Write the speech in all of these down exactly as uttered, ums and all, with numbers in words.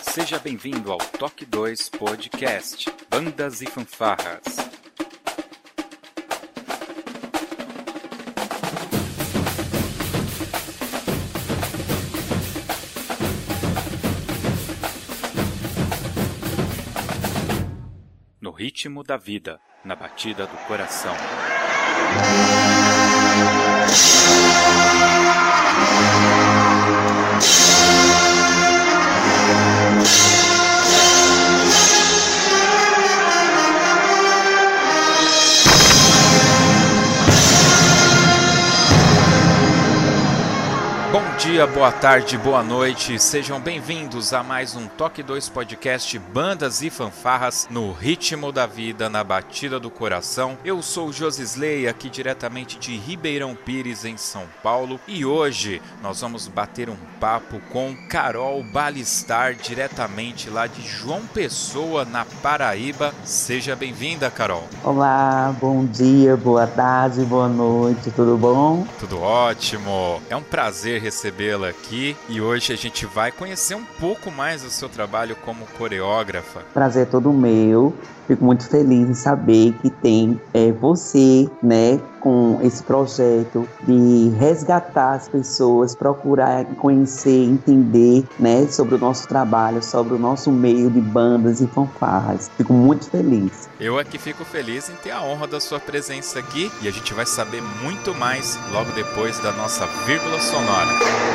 Seja bem-vindo ao Toque dois Podcast, Bandas e Fanfarras. No ritmo da vida, na batida do coração. Bom dia, boa tarde, boa noite, sejam bem-vindos a mais um Toque dois Podcast Bandas e Fanfarras no ritmo da vida, na batida do coração. Eu sou o Josisley, aqui diretamente de Ribeirão Pires, em São Paulo, e hoje nós vamos bater um papo com Carol Balistar, diretamente lá de João Pessoa, na Paraíba. Seja bem-vinda, Carol. Olá, bom dia, boa tarde, boa noite, tudo bom? Tudo ótimo, é um prazer recebê-la aqui e hoje a gente vai conhecer um pouco mais do seu trabalho como coreógrafa. Prazer é todo meu, fico muito feliz em saber que tem é, você, né, com esse projeto de resgatar as pessoas, procurar conhecer, entender, né, sobre o nosso trabalho, sobre o nosso meio de bandas e fanfarras. Fico muito feliz. Eu aqui fico feliz em ter a honra da sua presença aqui e a gente vai saber muito mais logo depois da nossa vírgula sonora.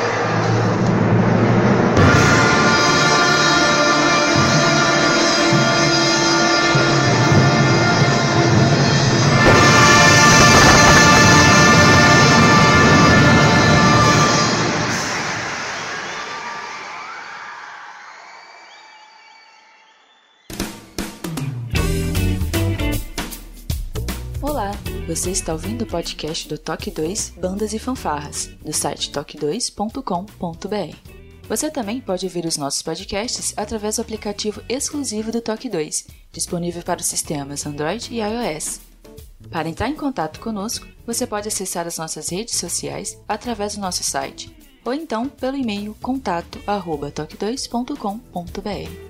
Olá, você está ouvindo o podcast do Toque dois Bandas e Fanfarras, do site toque dois ponto com ponto b r. Você também pode ouvir os nossos podcasts através do aplicativo exclusivo do Toque dois, disponível para os sistemas Android e iOS. Para entrar em contato conosco, você pode acessar as nossas redes sociais através do nosso site, ou então pelo e-mail contato arroba toque dois ponto com ponto b r.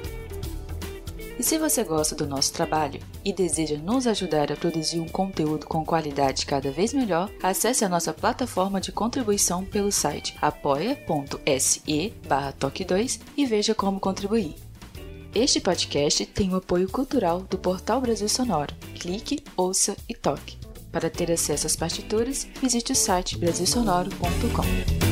E se você gosta do nosso trabalho e deseja nos ajudar a produzir um conteúdo com qualidade cada vez melhor, acesse a nossa plataforma de contribuição pelo site apoia.se barra toque dois e veja como contribuir. Este podcast tem o apoio cultural do Portal Brasil Sonoro. Clique, ouça e toque. Para ter acesso às partituras, visite o site brasil sonoro ponto com.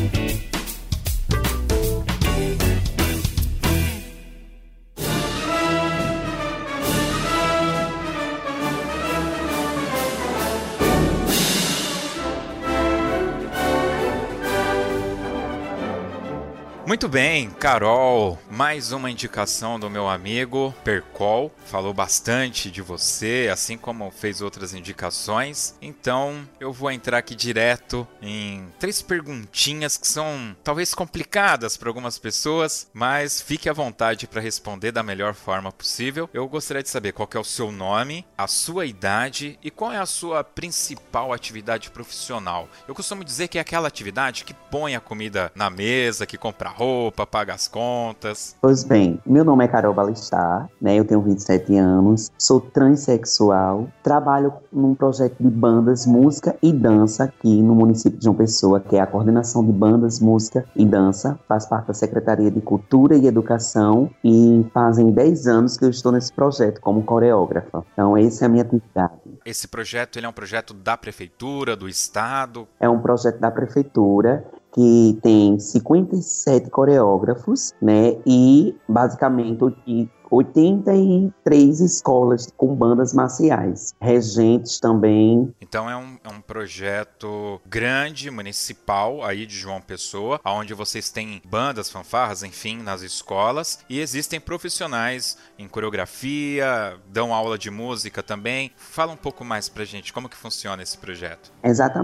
Muito bem, Carol, mais uma indicação do meu amigo Percol, falou bastante de você, assim como fez outras indicações, então eu vou entrar aqui direto em três perguntinhas que são talvez complicadas para algumas pessoas, mas fique à vontade para responder da melhor forma possível. Eu gostaria de saber qual que é o seu nome, a sua idade e qual é a sua principal atividade profissional. Eu costumo dizer que é aquela atividade que põe a comida na mesa, que compra roupa, paga as contas. Pois bem, meu nome é Carol Balistar, né? Eu tenho vinte e sete anos, sou transexual, trabalho num projeto de bandas, música e dança aqui no município de João Pessoa, que é a coordenação de bandas, música e dança, faz parte da Secretaria de Cultura e Educação e fazem dez anos que eu estou nesse projeto como coreógrafa. Então, essa é a minha atividade. Esse projeto, ele é um projeto da prefeitura, do estado? É um projeto da prefeitura que tem cinquenta e sete coreógrafos, né, e basicamente oitenta e três escolas com bandas marciais, regentes também. Então é um, é um projeto grande, municipal, aí de João Pessoa, onde vocês têm bandas, fanfarras, enfim, nas escolas, e existem profissionais em coreografia, dão aula de música também. Fala um pouco mais pra gente, como que funciona esse projeto? Exatamente.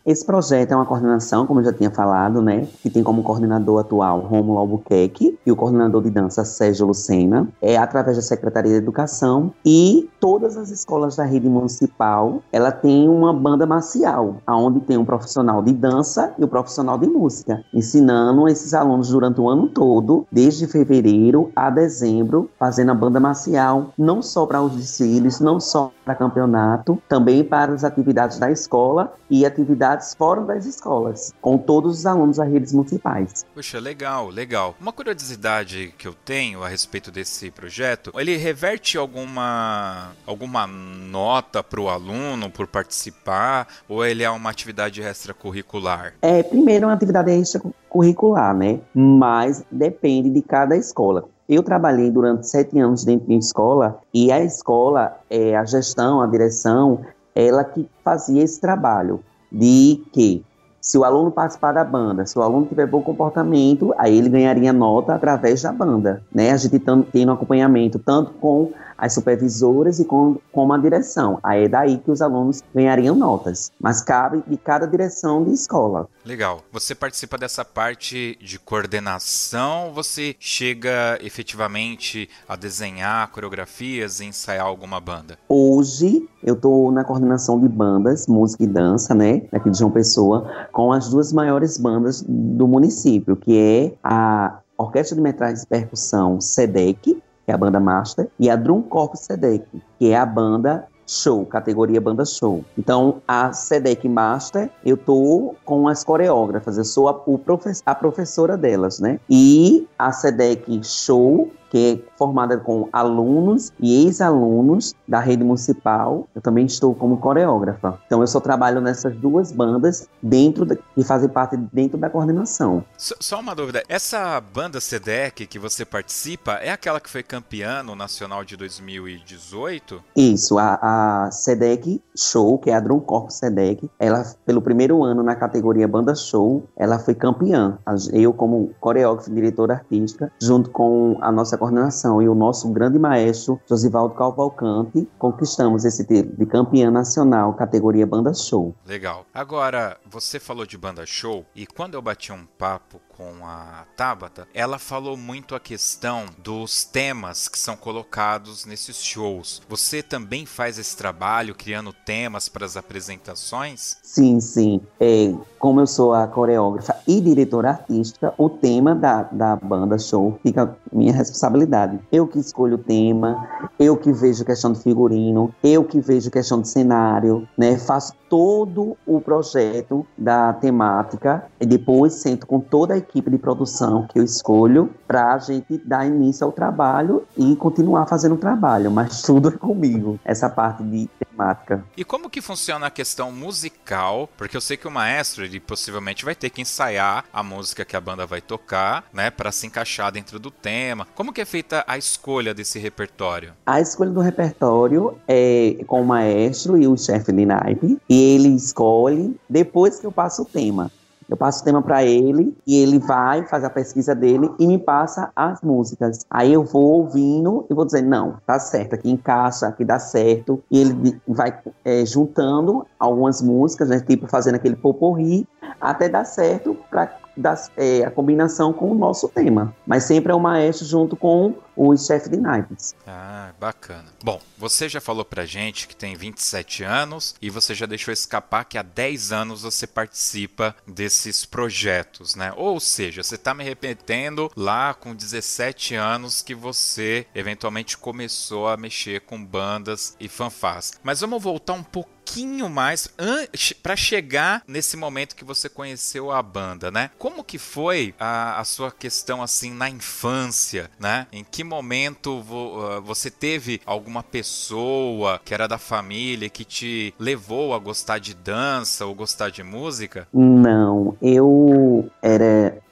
Esse projeto é uma coordenação, como eu já tinha falado, né? Que tem como coordenador atual Rômulo Albuquerque e o coordenador de dança Sérgio Lucena. É através da Secretaria de Educação, e todas as escolas da rede municipal, ela tem uma banda marcial, onde tem um profissional de dança e o um profissional de música, ensinando esses alunos durante o ano todo, desde fevereiro a dezembro, fazendo a banda marcial, não só para os desfiles, não só para campeonato, também para as atividades da escola e atividades fora das escolas, com todos os alunos das redes municipais. Poxa, legal, legal. Uma curiosidade que eu tenho a respeito desse projeto, ele reverte alguma, alguma nota para o aluno por participar, ou ele é uma atividade extracurricular? É, primeiro é uma atividade extracurricular, né? Mas depende de cada escola. Eu trabalhei durante sete anos dentro de uma escola, e a escola, é, a gestão, a direção, ela que fazia esse trabalho de que, se o aluno participar da banda, se o aluno tiver bom comportamento, aí ele ganharia nota através da banda, né? A gente tem um acompanhamento tanto com as supervisoras e com, com a direção. Aí é daí que os alunos ganhariam notas. Mas cabe de cada direção de escola. Legal. Você participa dessa parte de coordenação? Você chega efetivamente a desenhar coreografias e ensaiar alguma banda? Hoje eu estou na coordenação de bandas, música e dança, né? Aqui de João Pessoa, com as duas maiores bandas do município, que é a Orquestra de Metais e Percussão SEDEC, que é a banda Master, e a Drum Corps SEDEC, que é a banda Show, categoria banda show. Então, a SEDEC Master, eu tô com as coreógrafas, eu sou a, o profe- a professora delas, né? E a SEDEC Show, que é formada com alunos e ex-alunos da rede municipal, eu também estou como coreógrafa. Então, eu só trabalho nessas duas bandas dentro da, que fazem parte dentro da coordenação. Só uma dúvida, essa banda SEDEC que você participa é aquela que foi campeã no Nacional de dois mil e dezoito? Isso, a, a SEDEC Show, que é a Drum Corps SEDEC, ela, pelo primeiro ano na categoria Banda Show, ela foi campeã. Eu, como coreógrafa e diretora artística, junto com a nossa coordenação e o nosso grande maestro Josivaldo Cavalcante, conquistamos esse título de campeã nacional categoria Banda Show. Legal. Agora, você falou de Banda Show, e quando eu bati um papo com a Tabata, ela falou muito a questão dos temas que são colocados nesses shows. Você também faz esse trabalho criando temas para as apresentações? Sim, sim. É, como eu sou a coreógrafa e diretora artística, o tema da, da Banda Show fica minha responsabilidade. Eu que escolho o tema, eu que vejo questão de figurino, eu que vejo questão de cenário, né? Faço todo o projeto da temática e depois sento com toda a equipe de produção que eu escolho para a gente dar início ao trabalho e continuar fazendo o trabalho, mas tudo é comigo, essa parte de temática. E como que funciona a questão musical? Porque eu sei que o maestro, ele possivelmente vai ter que ensaiar a música que a banda vai tocar, né, para se encaixar dentro do tema. Como que é feita a escolha desse repertório? A escolha do repertório é com o maestro e o chefe de naipe, e ele escolhe depois que eu passo o tema. Eu passo o tema para ele e ele vai fazer a pesquisa dele e me passa as músicas. Aí eu vou ouvindo e vou dizer, não, tá certo, aqui encaixa, aqui dá certo. E ele vai é, juntando algumas músicas, né, tipo fazendo aquele poporri, até dar certo para dar é, a combinação com o nosso tema. Mas sempre é o maestro junto com o chefe de naipes. Ah, bacana. Bom, você já falou pra gente que tem vinte e sete anos e você já deixou escapar que há dez anos você participa desses projetos, né? Ou seja, você tá me repetindo lá com dezessete anos que você eventualmente começou a mexer com bandas e fanfarras. Mas vamos voltar um pouquinho mais para chegar nesse momento que você conheceu a banda, né? Como que foi a, a sua questão assim na infância, né? Em que momento vo, você teve alguma pessoa que era da família que te levou a gostar de dança ou gostar de música? Não, eu era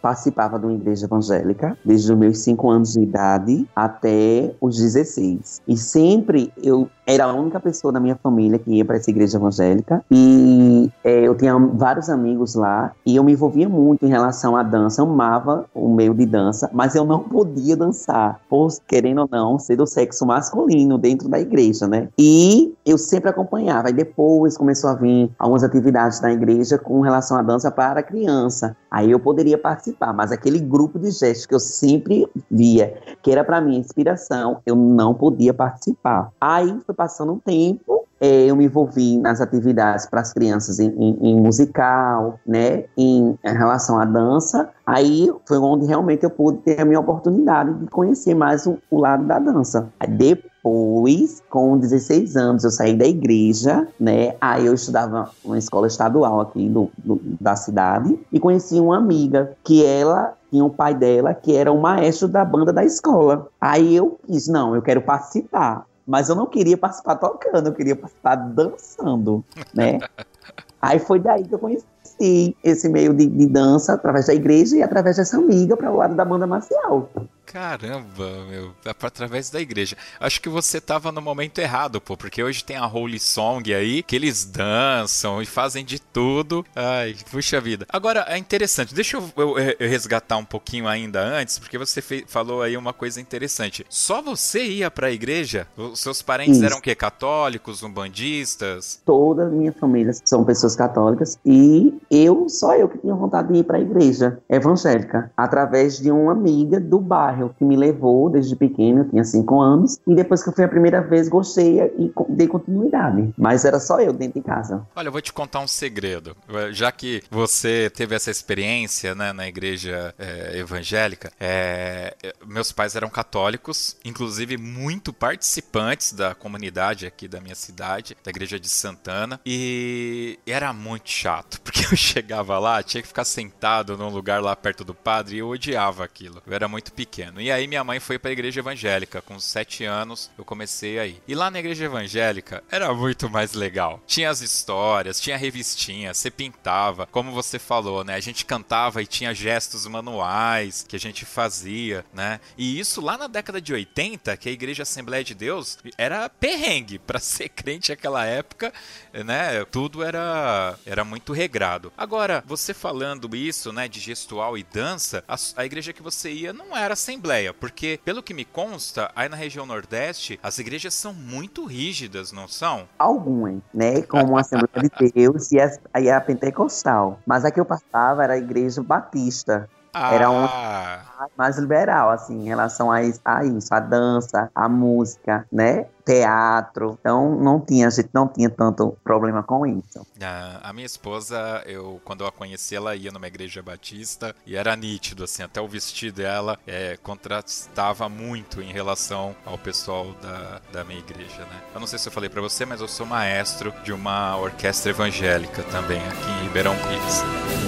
participava de uma igreja evangélica desde os meus cinco anos de idade até os dezesseis. E sempre eu era a única pessoa da minha família que ia para essa igreja evangélica. E é, eu tinha vários amigos lá e eu me envolvia muito em relação à dança. Eu amava o meio de dança, mas eu não podia dançar, por, querendo ou não, ser do sexo masculino dentro da igreja, né? E eu sempre acompanhava. E depois começou a vir algumas atividades da igreja com relação à dança para criança. Aí eu poderia participar, mas aquele grupo de gestos que eu sempre via, que era para mim inspiração, eu não podia participar. Aí foi passando um tempo, é, eu me envolvi nas atividades para as crianças em, em, em musical, né, em, em relação à dança. Aí foi onde realmente eu pude ter a minha oportunidade de conhecer mais o, o lado da dança. Aí depois, com dezesseis anos, eu saí da igreja, né? Aí eu estudava numa escola estadual aqui do, do, da cidade e conheci uma amiga que ela tinha um pai dela que era o maestro da banda da escola. Aí eu quis, não, eu quero participar. Mas eu não queria participar tocando, eu queria participar dançando, né? Aí foi daí que eu conheci esse meio de, de dança através da igreja e através dessa amiga para o lado da banda marcial. Caramba, meu, através da igreja. Acho que você tava no momento errado, pô, porque hoje tem a Holy Song aí, que eles dançam e fazem de tudo. Ai, puxa vida. Agora, é interessante, deixa eu, eu, eu resgatar um pouquinho ainda antes, porque você fez, falou aí uma coisa interessante. Só você ia pra igreja? Os seus parentes Isso. eram o quê? Católicos, umbandistas? Toda a minha família são pessoas católicas e eu, só eu que tinha vontade de ir pra igreja evangélica, através de uma amiga do bairro, que me levou desde pequeno, eu tinha cinco anos, e depois que eu fui a primeira vez, gostei e dei continuidade. Mas era só eu dentro de casa. Olha, eu vou te contar um segredo. Já que você teve essa experiência, né, na igreja é, evangélica, é, meus pais eram católicos, inclusive muito participantes da comunidade aqui da minha cidade, da igreja de Santana, e era muito chato, porque eu chegava lá, tinha que ficar sentado num lugar lá perto do padre e eu odiava aquilo. Eu era muito pequeno. E aí minha mãe foi para a igreja evangélica. Com sete anos eu comecei a ir. E lá na igreja evangélica era muito mais legal. Tinha as histórias, tinha revistinha, você pintava, como você falou, né? A gente cantava e tinha gestos manuais que a gente fazia, né? E isso lá na década de oitenta, que a igreja Assembleia de Deus era perrengue. Para ser crente naquela época, né? Tudo era, era muito regrado. Agora, você falando isso, né? De gestual e dança, a, a igreja que você ia não era Assembleia, porque, pelo que me consta, aí na região Nordeste, as igrejas são muito rígidas, não são? Algumas, né? Como a Assembleia de Deus e a, e a Pentecostal. Mas a que eu passava era a Igreja Batista. Ah. Era uma mais liberal, assim, em relação a isso, a isso, a dança, a música, né? Teatro. Então, não tinha, a gente não tinha tanto problema com isso. Ah, a minha esposa, eu, quando eu a conheci, ela ia numa igreja batista e era nítido, assim, até o vestido dela é, contrastava muito em relação ao pessoal da, da minha igreja, né? Eu não sei se eu falei pra você, mas eu sou maestro de uma orquestra evangélica também, aqui em Ribeirão Pires.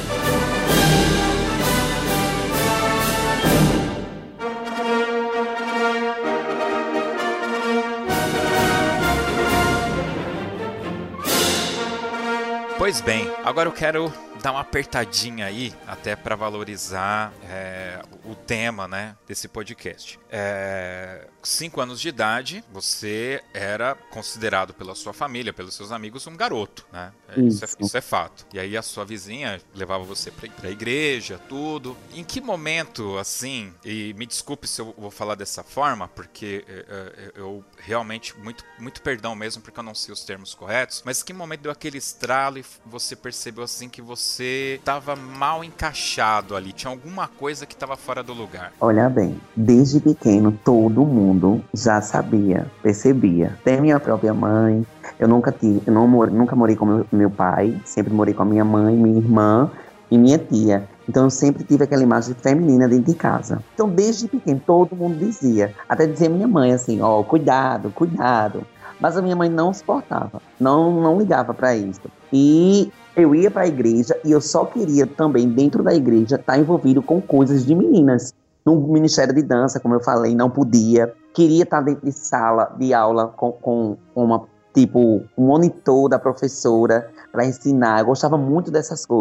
Pois bem, agora eu quero dar uma apertadinha aí, até para valorizar é, o tema, né, desse podcast. É, cinco anos de idade, você era considerado pela sua família, pelos seus amigos, um garoto, né? Isso, isso, é, isso é fato. E aí a sua vizinha levava você pra, pra igreja, tudo. Em que momento, assim, e me desculpe se eu vou falar dessa forma, porque é, eu realmente, muito, muito perdão mesmo, porque eu não sei os termos corretos, mas que momento deu aquele estralo e você percebeu, assim, que você você estava mal encaixado ali, tinha alguma coisa que estava fora do lugar? Olha bem, desde pequeno todo mundo já sabia, percebia. Até minha própria mãe, eu nunca tive, eu não mor, nunca morei com meu, meu pai, sempre morei com a minha mãe, minha irmã e minha tia. Então eu sempre tive aquela imagem feminina dentro de casa. Então desde pequeno todo mundo dizia, até dizia minha mãe assim, ó, oh, cuidado, cuidado. Mas a minha mãe não suportava, não, não ligava para isso. E eu ia para a igreja e eu só queria também, dentro da igreja, estar envolvido com coisas de meninas. No Ministério de Dança, como eu falei, não podia. Queria estar dentro de sala de aula com, com uma, tipo, um monitor da professora para ensinar. Eu gostava muito dessas coisas.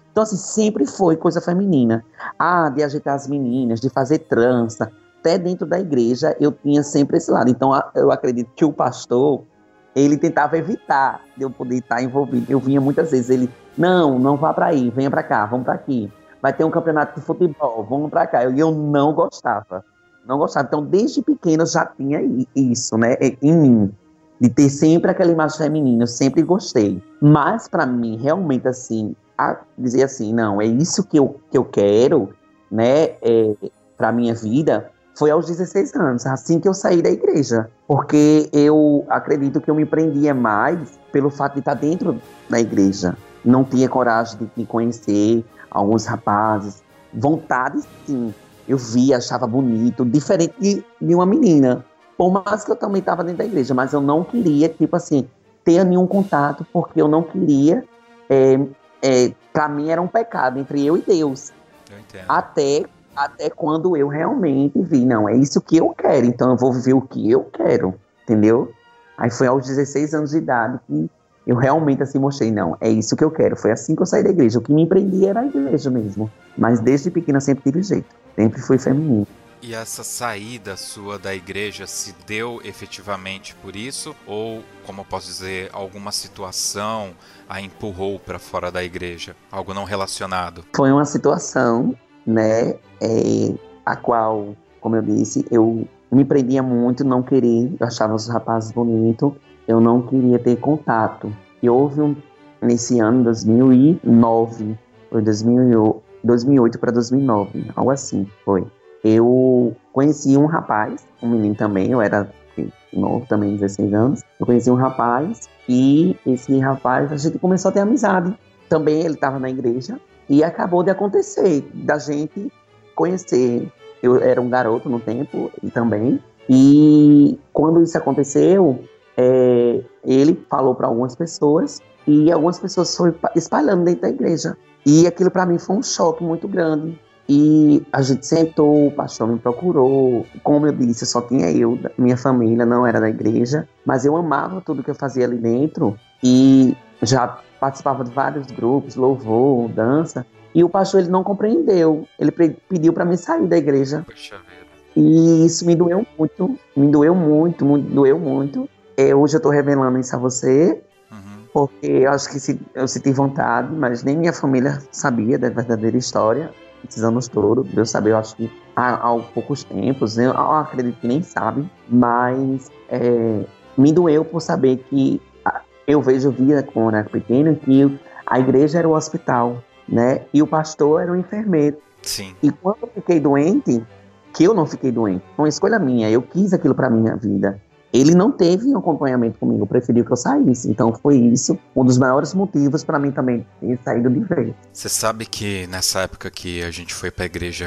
Então, assim, sempre foi coisa feminina. Ah, de ajeitar as meninas, de fazer trança. Até dentro da igreja eu tinha sempre esse lado. Então, eu acredito que o pastor, ele tentava evitar de eu poder estar envolvido. Eu vinha muitas vezes, ele, não, não vá para aí, venha para cá, vamos para aqui. Vai ter um campeonato de futebol, vamos para cá. E eu, eu não gostava. Não gostava. Então, desde pequena eu já tinha isso, né, em mim. De ter sempre aquela imagem feminina, eu sempre gostei. Mas, para mim, realmente, assim, a dizer assim, não, é isso que eu, que eu quero, né, é, para minha vida, foi aos dezesseis anos, assim que eu saí da igreja. Porque eu acredito que eu me prendia mais pelo fato de estar dentro da igreja. Não tinha coragem de, de conhecer alguns rapazes. Vontade, sim. Eu via, achava bonito, diferente de, de uma menina. Por mais que eu também estava dentro da igreja, mas eu não queria, tipo assim, ter nenhum contato, porque eu não queria, é, é, para mim era um pecado entre eu e Deus. Eu entendo. Até, até quando eu realmente vi, não, é isso que eu quero, então eu vou viver o que eu quero, entendeu? Aí foi aos dezesseis anos de idade que eu realmente assim mostrei, não, é isso que eu quero. Foi assim que eu saí da igreja, o que me prendia era a igreja mesmo. Mas desde pequena eu sempre tive jeito, sempre fui feminino. E essa saída sua da igreja se deu efetivamente por isso? Ou, como eu posso dizer, alguma situação a empurrou para fora da igreja? Algo não relacionado? Foi uma situação, né, é, a qual, como eu disse, eu me prendia muito, não queria, eu achava os rapazes bonitos, eu não queria ter contato. E houve um, nesse ano, dois mil e nove, foi dois mil e oito para dois mil e nove, algo assim, foi. Eu conheci um rapaz, um menino também, eu era novo também, dezesseis anos. Eu conheci um rapaz e esse rapaz, a gente começou a ter amizade. Também ele estava na igreja e acabou de acontecer, da gente conhecer. Eu era um garoto no tempo e também. E quando isso aconteceu, é, ele falou para algumas pessoas e algumas pessoas foram espalhando dentro da igreja. E aquilo para mim foi um choque muito grande. E a gente sentou, o pastor me procurou. Como eu disse, só tinha eu, minha família não era da igreja, mas eu amava tudo que eu fazia ali dentro e já participava de vários grupos, louvor, dança. E o pastor ele não compreendeu, ele pediu para mim sair da igreja. Poxa vida. E isso me doeu muito, me doeu muito, me doeu muito. É, hoje eu estou revelando isso a você, uhum. Porque eu acho que se, eu senti vontade, mas nem minha família sabia da verdadeira história. Esses anos todos, Deus sabe, eu acho que há, há poucos tempos, eu, eu acredito que nem sabe, mas é, me doeu por saber que eu vejo, via quando era pequeno, que a igreja era o hospital, né, e o pastor era o enfermeiro. Sim. E quando eu fiquei doente, que eu não fiquei doente, foi uma escolha minha, eu quis aquilo pra minha vida. Ele não teve um acompanhamento comigo, preferiu que eu saísse. Então foi isso um dos maiores motivos para mim também ter saído de vez. Você sabe que nessa época que a gente foi para a igreja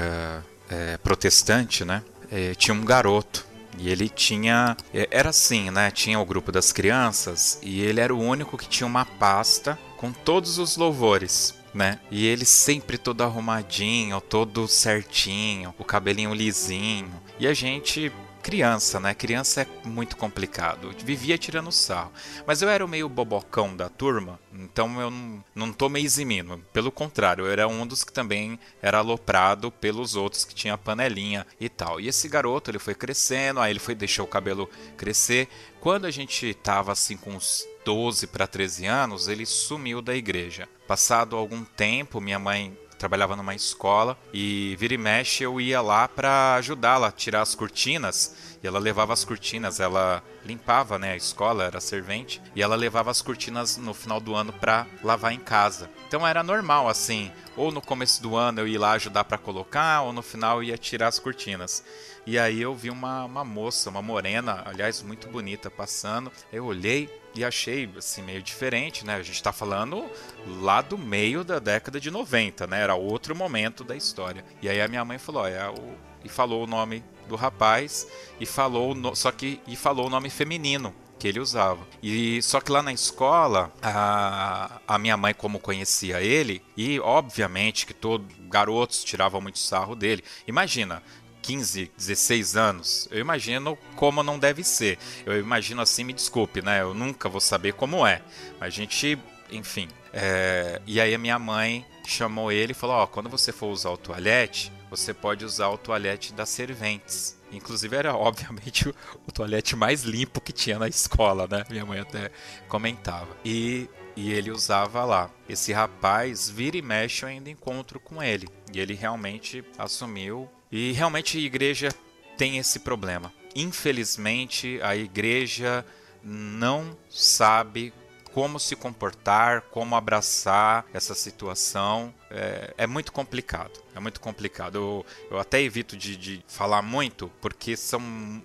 é, protestante, né? É, tinha um garoto. E ele tinha... Era assim, né? Tinha o grupo das crianças e ele era o único que tinha uma pasta com todos os louvores, né? E ele sempre todo arrumadinho, todo certinho, o cabelinho lisinho. E a gente... Criança, né? Criança é muito complicado. Eu vivia tirando sarro. Mas eu era o meio bobocão da turma, então eu não, não tô me eximindo. Pelo contrário, eu era um dos que também era aloprado pelos outros que tinha panelinha e tal. E esse garoto, ele foi crescendo, aí ele foi deixou o cabelo crescer. Quando a gente tava assim com uns doze para treze anos, ele sumiu da igreja. Passado algum tempo, minha mãe trabalhava numa escola e vira e mexe eu ia lá para ajudá-la a tirar as cortinas e ela levava as cortinas, ela limpava, né, a escola, era servente, e ela levava as cortinas no final do ano para lavar em casa. Então era normal assim, ou no começo do ano eu ia lá ajudar para colocar, ou no final eu ia tirar as cortinas. E aí eu vi uma, uma moça, uma morena, aliás muito bonita, passando. Eu olhei e achei assim meio diferente, né? A gente tá falando lá do meio da década de noventa, né? Era outro momento da história. E aí a minha mãe falou, ó, é o... e falou o nome do rapaz e falou no... só que e falou o nome feminino que ele usava. E só que lá na escola, a, a minha mãe, como conhecia ele, e obviamente que todos garotos tiravam muito sarro dele. Imagina, quinze, dezesseis anos, eu imagino como não deve ser. Eu imagino assim, me desculpe, né? Eu nunca vou saber como é. Mas a gente enfim. É, e aí a minha mãe chamou ele e falou, ó, quando você for usar o toalete, você pode usar o toalete das serventes. Inclusive era, obviamente, o, o toalete mais limpo que tinha na escola, né? Minha mãe até comentava. E, e ele usava lá. Esse rapaz, vira e mexe, eu ainda encontro com ele. E ele realmente assumiu. E realmente a igreja tem esse problema. Infelizmente, a igreja não sabe como se comportar, como abraçar essa situação. É, é muito complicado, é muito complicado. Eu, eu até evito de, de falar muito, porque são,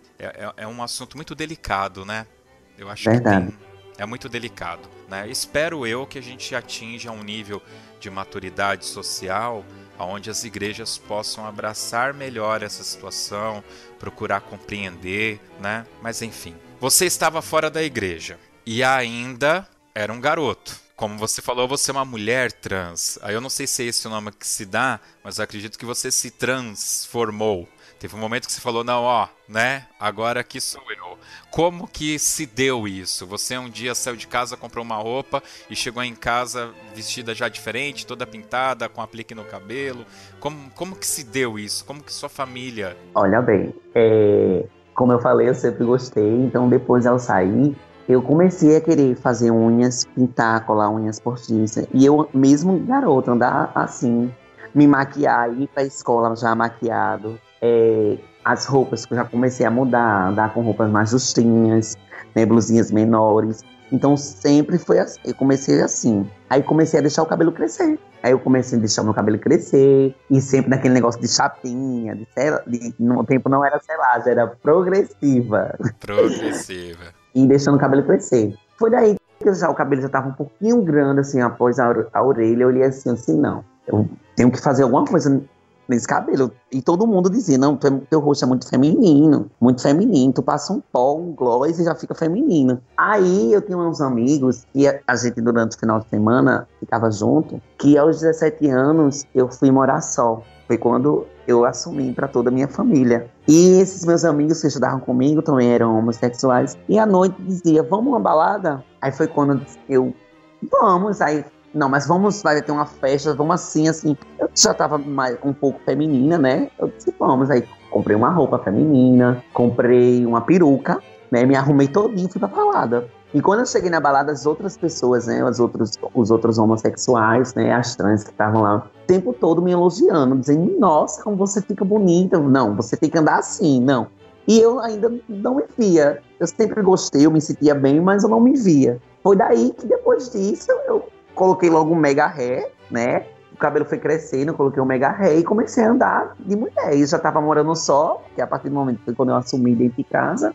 é, é um assunto muito delicado, né? Eu acho Verdade. que tem, é muito delicado, né? Espero eu que a gente atinja um nível de maturidade social onde as igrejas possam abraçar melhor essa situação, procurar compreender, né? Mas enfim, você estava fora da igreja e ainda era um garoto. Como você falou, você é uma mulher trans. Aí eu não sei se é esse o nome que se dá, mas eu acredito que você se transformou. Teve um momento que você falou, não, ó, né? Agora aqui sou eu. Como que se deu isso? Você um dia saiu de casa, comprou uma roupa e chegou em casa vestida já diferente, toda pintada, com aplique no cabelo. Como, como que se deu isso? Como que sua família... Olha bem, é, como eu falei, eu sempre gostei. Então depois ao sair, eu comecei a querer fazer unhas, pintar, colar unhas postiças. E eu mesmo, garoto, andar assim, me maquiar, ir pra escola já maquiado. É, as roupas que eu já comecei a mudar, andar com roupas mais justinhas, né, blusinhas menores. Então sempre foi assim, eu comecei assim. Aí comecei a deixar o cabelo crescer. Aí eu comecei a deixar o meu cabelo crescer. E sempre naquele negócio de chapinha, de, de, no tempo não era selagem, era progressiva. Progressiva. E deixando o cabelo crescer. Foi daí que já, o cabelo já estava um pouquinho grande, assim, após a, a orelha. Eu olhei assim, assim, não, eu tenho que fazer alguma coisa nesse cabelo. E todo mundo dizia, não, teu, teu rosto é muito feminino, muito feminino. Tu passa um pó, um gloss e já fica feminino. Aí eu tinha uns amigos que a, a gente, durante o final de semana, ficava junto, que aos dezessete anos eu fui morar só. Foi quando eu assumi para toda a minha família. E esses meus amigos que estudavam comigo também eram homossexuais. E à noite dizia, vamos uma balada? Aí foi quando eu, vamos, aí, não, mas vamos, vai ter uma festa, vamos assim, assim. Eu já tava mais, um pouco feminina, né? Eu disse, vamos, aí comprei uma roupa feminina, comprei uma peruca, né? Me arrumei todinho e fui pra balada. E quando eu cheguei na balada, as outras pessoas, né, os outros, os outros homossexuais, né, as trans que estavam lá, o tempo todo me elogiando, dizendo, nossa, como você fica bonita. Não, você tem que andar assim, não. E eu ainda não me via. Eu sempre gostei, eu me sentia bem, mas eu não me via. Foi daí que depois disso, eu coloquei logo um mega hair, né, o cabelo foi crescendo, eu coloquei um mega hair e comecei a andar de mulher. E eu já tava morando só, que a partir do momento foi quando eu assumi dentro de casa,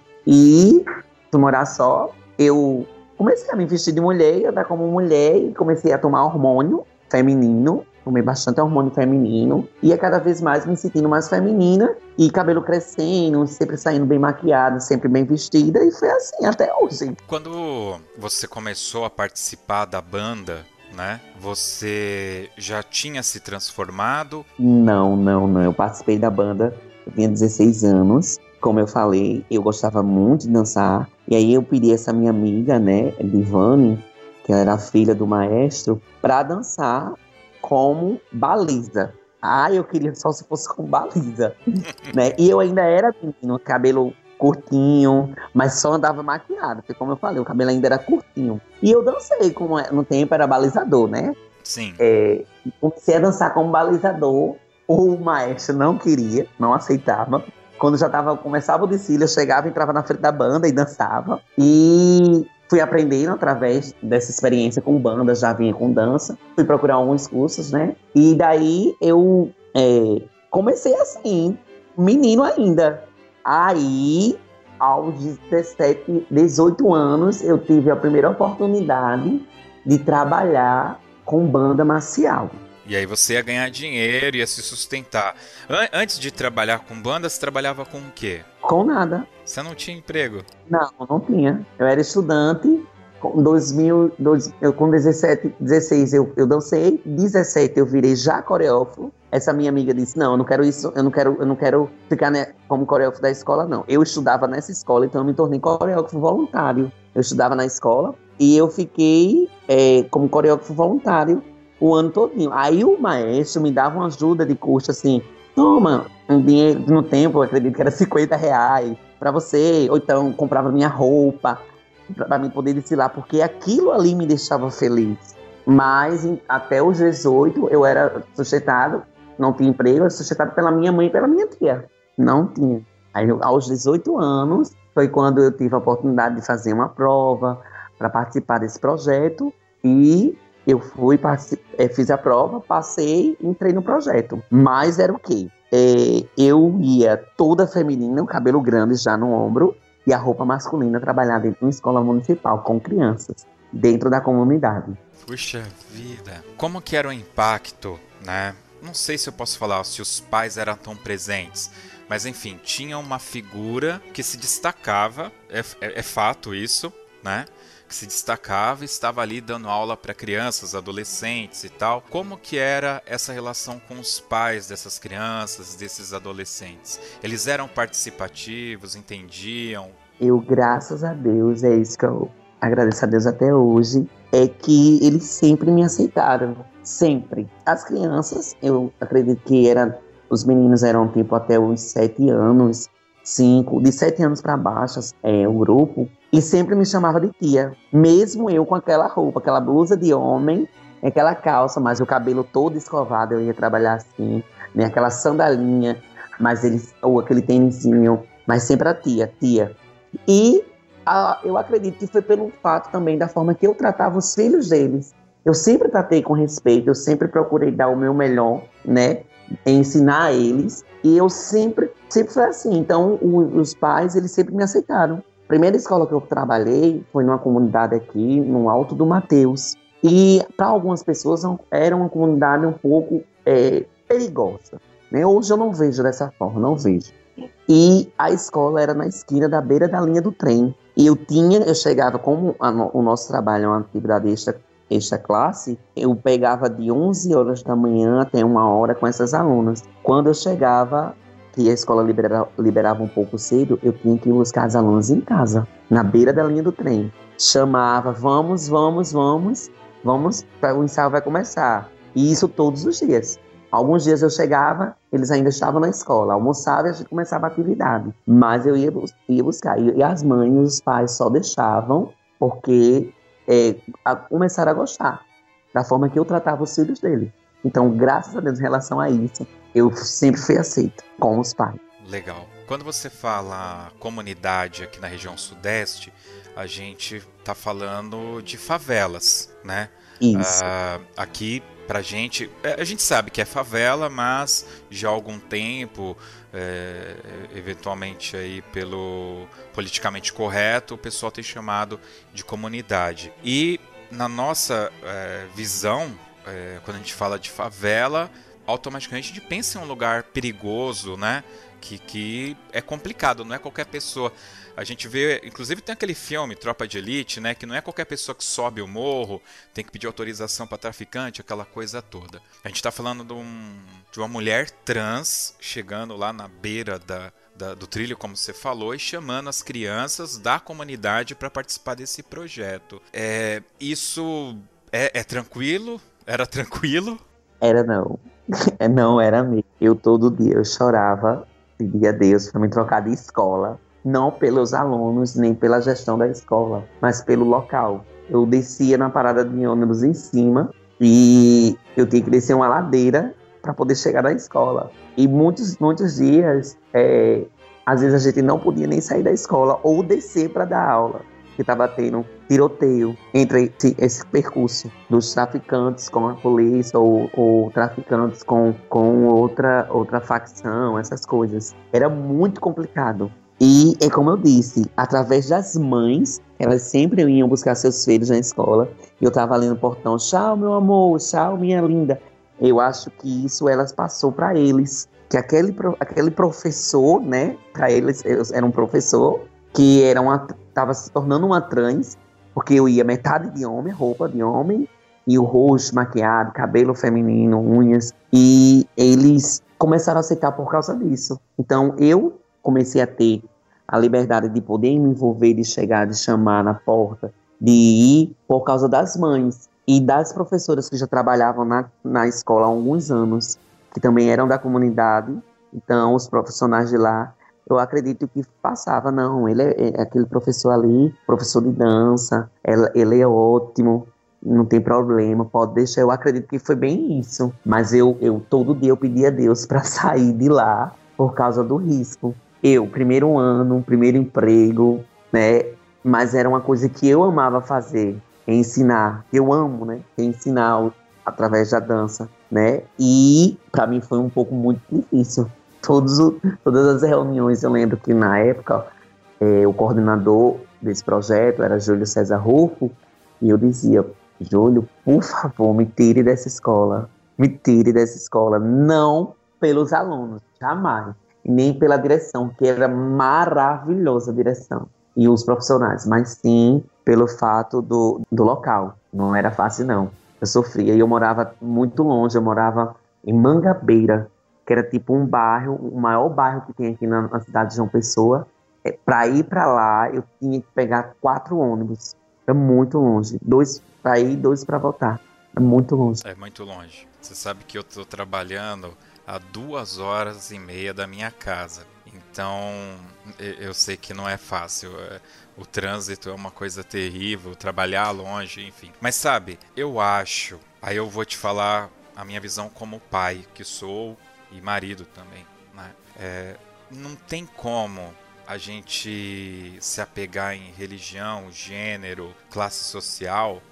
e fui morar só. Eu comecei a me vestir de mulher, andar como mulher, e comecei a tomar hormônio feminino, tomei bastante hormônio feminino, e a cada vez mais me sentindo mais feminina, e cabelo crescendo, sempre saindo bem maquiada, sempre bem vestida, e foi assim até hoje. Quando você começou a participar da banda, né, você já tinha se transformado? Não, não, não, eu participei da banda, eu tinha dezesseis anos. Como eu falei, eu gostava muito de dançar. E aí eu pedi essa minha amiga, né, Divane, que era a filha do maestro, para dançar como baliza. Ah, eu queria só se fosse com baliza, né? E eu ainda era menino, cabelo curtinho, mas só andava maquiado, porque como eu falei, o cabelo ainda era curtinho. E eu dancei, como no tempo era balizador, né? Sim. É, comecei a dançar como balizador. O maestro não queria, não aceitava. Quando já tava, começava o desfile, eu chegava, entrava na frente da banda e dançava. E fui aprendendo através dessa experiência com banda, já vinha com dança. Fui procurar alguns cursos, né? E daí eu é, comecei assim, menino ainda. Aí, aos dezessete, dezoito anos, eu tive a primeira oportunidade de trabalhar com banda marcial. E aí você ia ganhar dinheiro, ia se sustentar. Antes de trabalhar com banda, você trabalhava com o quê? Com nada. Você não tinha emprego? Não, não tinha. Eu era estudante. Com dois mil, dois, eu, com dezessete, dezesseis eu, eu dancei. dezessete eu virei já coreógrafo. Essa minha amiga disse, não, eu não quero isso, eu não quero, eu não quero ficar, né, como coreógrafo da escola, não. Eu estudava nessa escola, então eu me tornei coreógrafo voluntário. Eu estudava na escola E eu fiquei é, como coreógrafo voluntário o ano todinho. Aí o maestro me dava uma ajuda de custo, assim, toma, um dinheiro no tempo, eu acredito que era cinquenta reais pra você, ou então comprava minha roupa pra, pra mim poder desfilar, porque aquilo ali me deixava feliz. Mas em, até os dezoito eu era sustentado, não tinha emprego, eu era sustentado pela minha mãe e pela minha tia. Não tinha. Aí aos dezoito anos foi quando eu tive a oportunidade de fazer uma prova para participar desse projeto e eu fui, é, fiz a prova, passei e entrei no projeto. Mas era o quê? É, eu ia toda feminina, o cabelo grande já no ombro, e a roupa masculina trabalhar dentro de uma escola municipal com crianças, dentro da comunidade. Puxa vida! Como que era o impacto, né? Não sei se eu posso falar se os pais eram tão presentes, mas enfim, tinha uma figura que se destacava, é, é, é fato isso, né? Que se destacava e estava ali dando aula para crianças, adolescentes e tal. Como que era essa relação com os pais dessas crianças, desses adolescentes? Eles eram participativos, entendiam? Eu, graças a Deus, é isso que eu agradeço a Deus até hoje, é que eles sempre me aceitaram, sempre. As crianças, eu acredito que eram, os meninos eram tipo até uns sete anos, cinco, de sete anos para baixo, é, o grupo, e sempre me chamava de tia, mesmo eu com aquela roupa, aquela blusa de homem, aquela calça, mas o cabelo todo escovado, eu ia trabalhar assim, né, aquela sandalinha, mas eles, ou aquele tênisinho, mas sempre a tia, tia. E a, eu acredito que foi pelo fato também da forma que eu tratava os filhos deles. Eu sempre tratei com respeito, eu sempre procurei dar o meu melhor, né, ensinar a eles, e eu sempre, sempre foi assim. Então, o, os pais, eles sempre me aceitaram. A primeira escola que eu trabalhei foi numa comunidade aqui, no Alto do Mateus. E para algumas pessoas era uma comunidade um pouco é, perigosa, né? Hoje eu não vejo dessa forma, não vejo. E a escola era na esquina da beira da linha do trem. E eu tinha, eu chegava, como a, o nosso trabalho é uma atividade extra, extra classe, eu pegava de onze horas da manhã até uma hora com essas alunas. Quando eu chegava, que a escola libera, liberava um pouco cedo, eu tinha que ir buscar as alunas em casa, na beira da linha do trem. Chamava, vamos, vamos, vamos, vamos, o ensaio vai começar. E isso todos os dias. Alguns dias eu chegava, eles ainda estavam na escola, almoçava e a gente começava a atividade. Mas eu ia, ia buscar. E as mães e os pais só deixavam porque é, a, começaram a gostar da forma que eu tratava os filhos dele. Então, graças a Deus, em relação a isso, eu sempre fui aceito com os pais. Legal. Quando você fala comunidade aqui na região sudeste, a gente tá falando de favelas, né? Isso. Uh, aqui, pra gente, a gente sabe que é favela, mas já há algum tempo, é, eventualmente aí pelo politicamente correto, o pessoal tem chamado de comunidade. E na nossa é, visão, é, quando a gente fala de favela, automaticamente a gente pensa em um lugar perigoso, né? Que, que é complicado, não é qualquer pessoa. A gente vê, inclusive tem aquele filme Tropa de Elite, né? Que não é qualquer pessoa que sobe o morro, tem que pedir autorização para traficante, aquela coisa toda. A gente está falando de, um, de uma mulher trans chegando lá na beira da, da, do trilho, como você falou, e chamando as crianças da comunidade para participar desse projeto. É, isso é, é tranquilo? Era tranquilo? Era não. Não era mesmo. Eu todo dia eu chorava, pedia a Deus para me trocar de escola. Não pelos alunos, nem pela gestão da escola, mas pelo local. Eu descia na parada de ônibus em cima e eu tinha que descer uma ladeira para poder chegar na escola. E muitos, muitos dias, é, às vezes a gente não podia nem sair da escola ou descer para dar aula, porque estava tendo tiroteio entre esse percurso dos traficantes com a polícia ou, ou traficantes com, com outra, outra facção, essas coisas. Era muito complicado. E é como eu disse, através das mães, elas sempre iam buscar seus filhos na escola. E eu estava ali no portão, tchau, meu amor, tchau, minha linda. Eu acho que isso elas passou para eles. Que aquele, aquele professor, né, para eles, era um professor que estava se tornando uma trans, porque eu ia metade de homem, roupa de homem, e o rosto, maquiado, cabelo feminino, unhas. E eles começaram a aceitar por causa disso. Então eu comecei a ter a liberdade de poder me envolver, de chegar, de chamar na porta, de ir por causa das mães e das professoras que já trabalhavam na, na escola há alguns anos, que também eram da comunidade. Então, os profissionais de lá, eu acredito que passava, não, ele é, é aquele professor ali, professor de dança, ele, ele é ótimo, não tem problema, pode deixar. Eu acredito que foi bem isso. Mas eu, eu todo dia eu pedi a Deus para sair de lá por causa do risco. Eu, primeiro ano, primeiro emprego, né? Mas era uma coisa que eu amava fazer, ensinar. Eu amo, né? Ensinar através da dança, né? E para mim foi um pouco muito difícil. Todos o, todas as reuniões, eu lembro que na época é, o coordenador desse projeto era Júlio César Rufo, e eu dizia: Júlio, por favor, me tire dessa escola, me tire dessa escola, não pelos alunos, jamais, nem pela direção, que era maravilhosa a direção, e os profissionais, mas sim pelo fato do, do local, não era fácil não, eu sofria, e eu morava muito longe, eu morava em Mangabeira, que era tipo um bairro, o maior bairro que tem aqui na, na cidade de João Pessoa. É, para ir para lá, eu tinha que pegar quatro ônibus, é muito longe, dois para ir e dois para voltar, é muito longe. É muito longe. Você sabe que eu tô trabalhando a duas horas e meia da minha casa, então eu sei que não é fácil. O trânsito é uma coisa terrível, trabalhar longe, enfim. Mas sabe, eu acho, aí eu vou te falar a minha visão como pai que sou e marido também, né? É, não tem como a gente se apegar em religião, gênero, classe social,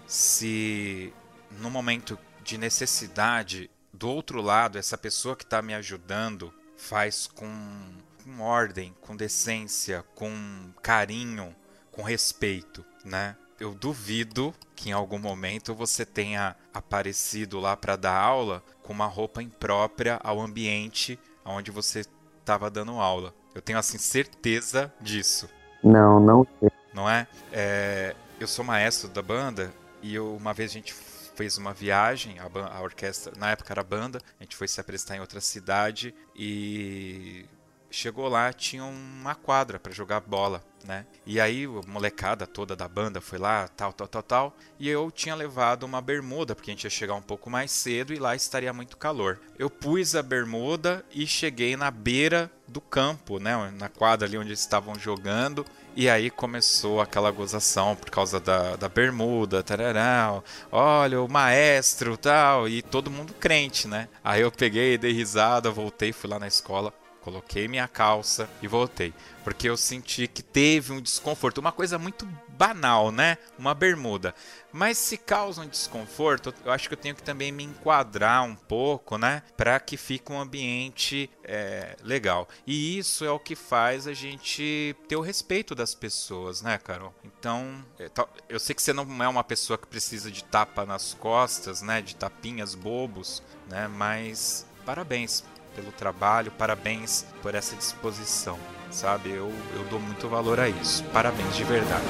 se no momento de necessidade, do outro lado, essa pessoa que está me ajudando faz com, com ordem, com decência, com carinho, com respeito, né? Eu duvido que em algum momento você tenha aparecido lá para dar aula com uma roupa imprópria ao ambiente onde você estava dando aula. Eu tenho, assim, certeza disso. Não, não. Não é? é? Eu sou maestro da banda e eu, uma vez a gente fez uma viagem, a, ban- a orquestra, na época era banda, a gente foi se apresentar em outra cidade e chegou lá, tinha uma quadra para jogar bola, né? E aí a molecada toda da banda foi lá, tal, tal, tal, tal, e eu tinha levado uma bermuda, porque a gente ia chegar um pouco mais cedo e lá estaria muito calor. Eu pus a bermuda e cheguei na beira do campo, né? Na quadra ali onde eles estavam jogando, e aí começou aquela gozação por causa da, da bermuda, tarará, olha o maestro, tal, e todo mundo crente, né? Aí eu peguei, dei risada, voltei, fui lá na escola, coloquei minha calça e voltei. Porque eu senti que teve um desconforto. Uma coisa muito banal, né? Uma bermuda. Mas se causa um desconforto, eu acho que eu tenho que também me enquadrar um pouco, né? Para que fique um ambiente é, legal. E isso é o que faz a gente ter o respeito das pessoas, né, Carol? Então, eu sei que você não é uma pessoa que precisa de tapa nas costas, né? De tapinhas bobos, né? Mas parabéns pelo trabalho, parabéns por essa disposição, sabe? Eu, eu dou muito valor a isso. Parabéns de verdade.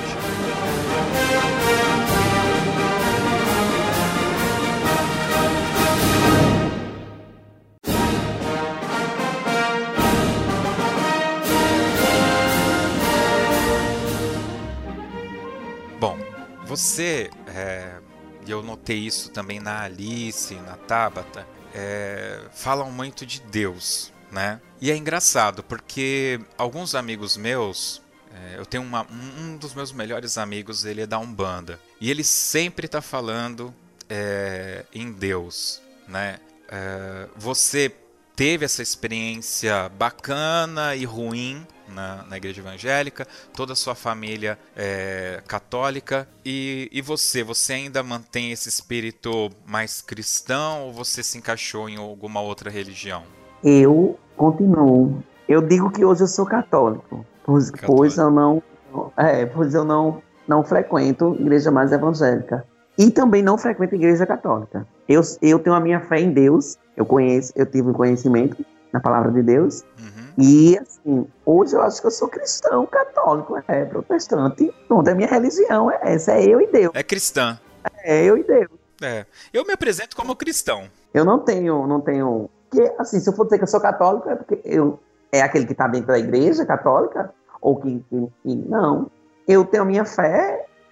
Bom, você, é, e eu notei isso também na Alice, na Tabata, É, falam muito de Deus, né? E é engraçado porque alguns amigos meus, é, eu tenho uma, um, um dos meus melhores amigos, ele é da Umbanda, e ele sempre está falando é, em Deus, né? É, você teve essa experiência bacana e ruim na, na igreja evangélica, toda a sua família é católica, e, e você, você ainda mantém esse espírito mais cristão ou você se encaixou em alguma outra religião? Eu continuo. Eu digo que hoje eu sou católico, pois, Católico. pois eu não, é, pois eu não, não frequento igreja mais evangélica e também não frequento igreja católica. Eu, eu tenho a minha fé em Deus. Eu conheço, eu tive um conhecimento na palavra de Deus. Uhum. E, assim, hoje eu acho que eu sou cristão, católico, é, protestante. Pronto, a minha religião é essa, é eu e Deus. É cristã. É eu e Deus. É. Eu me apresento como cristão. Eu não tenho, não tenho... Porque, assim, se eu for dizer que eu sou católico, é porque eu... É aquele que está dentro da igreja católica? Ou que, que, que... Não. Eu tenho a minha fé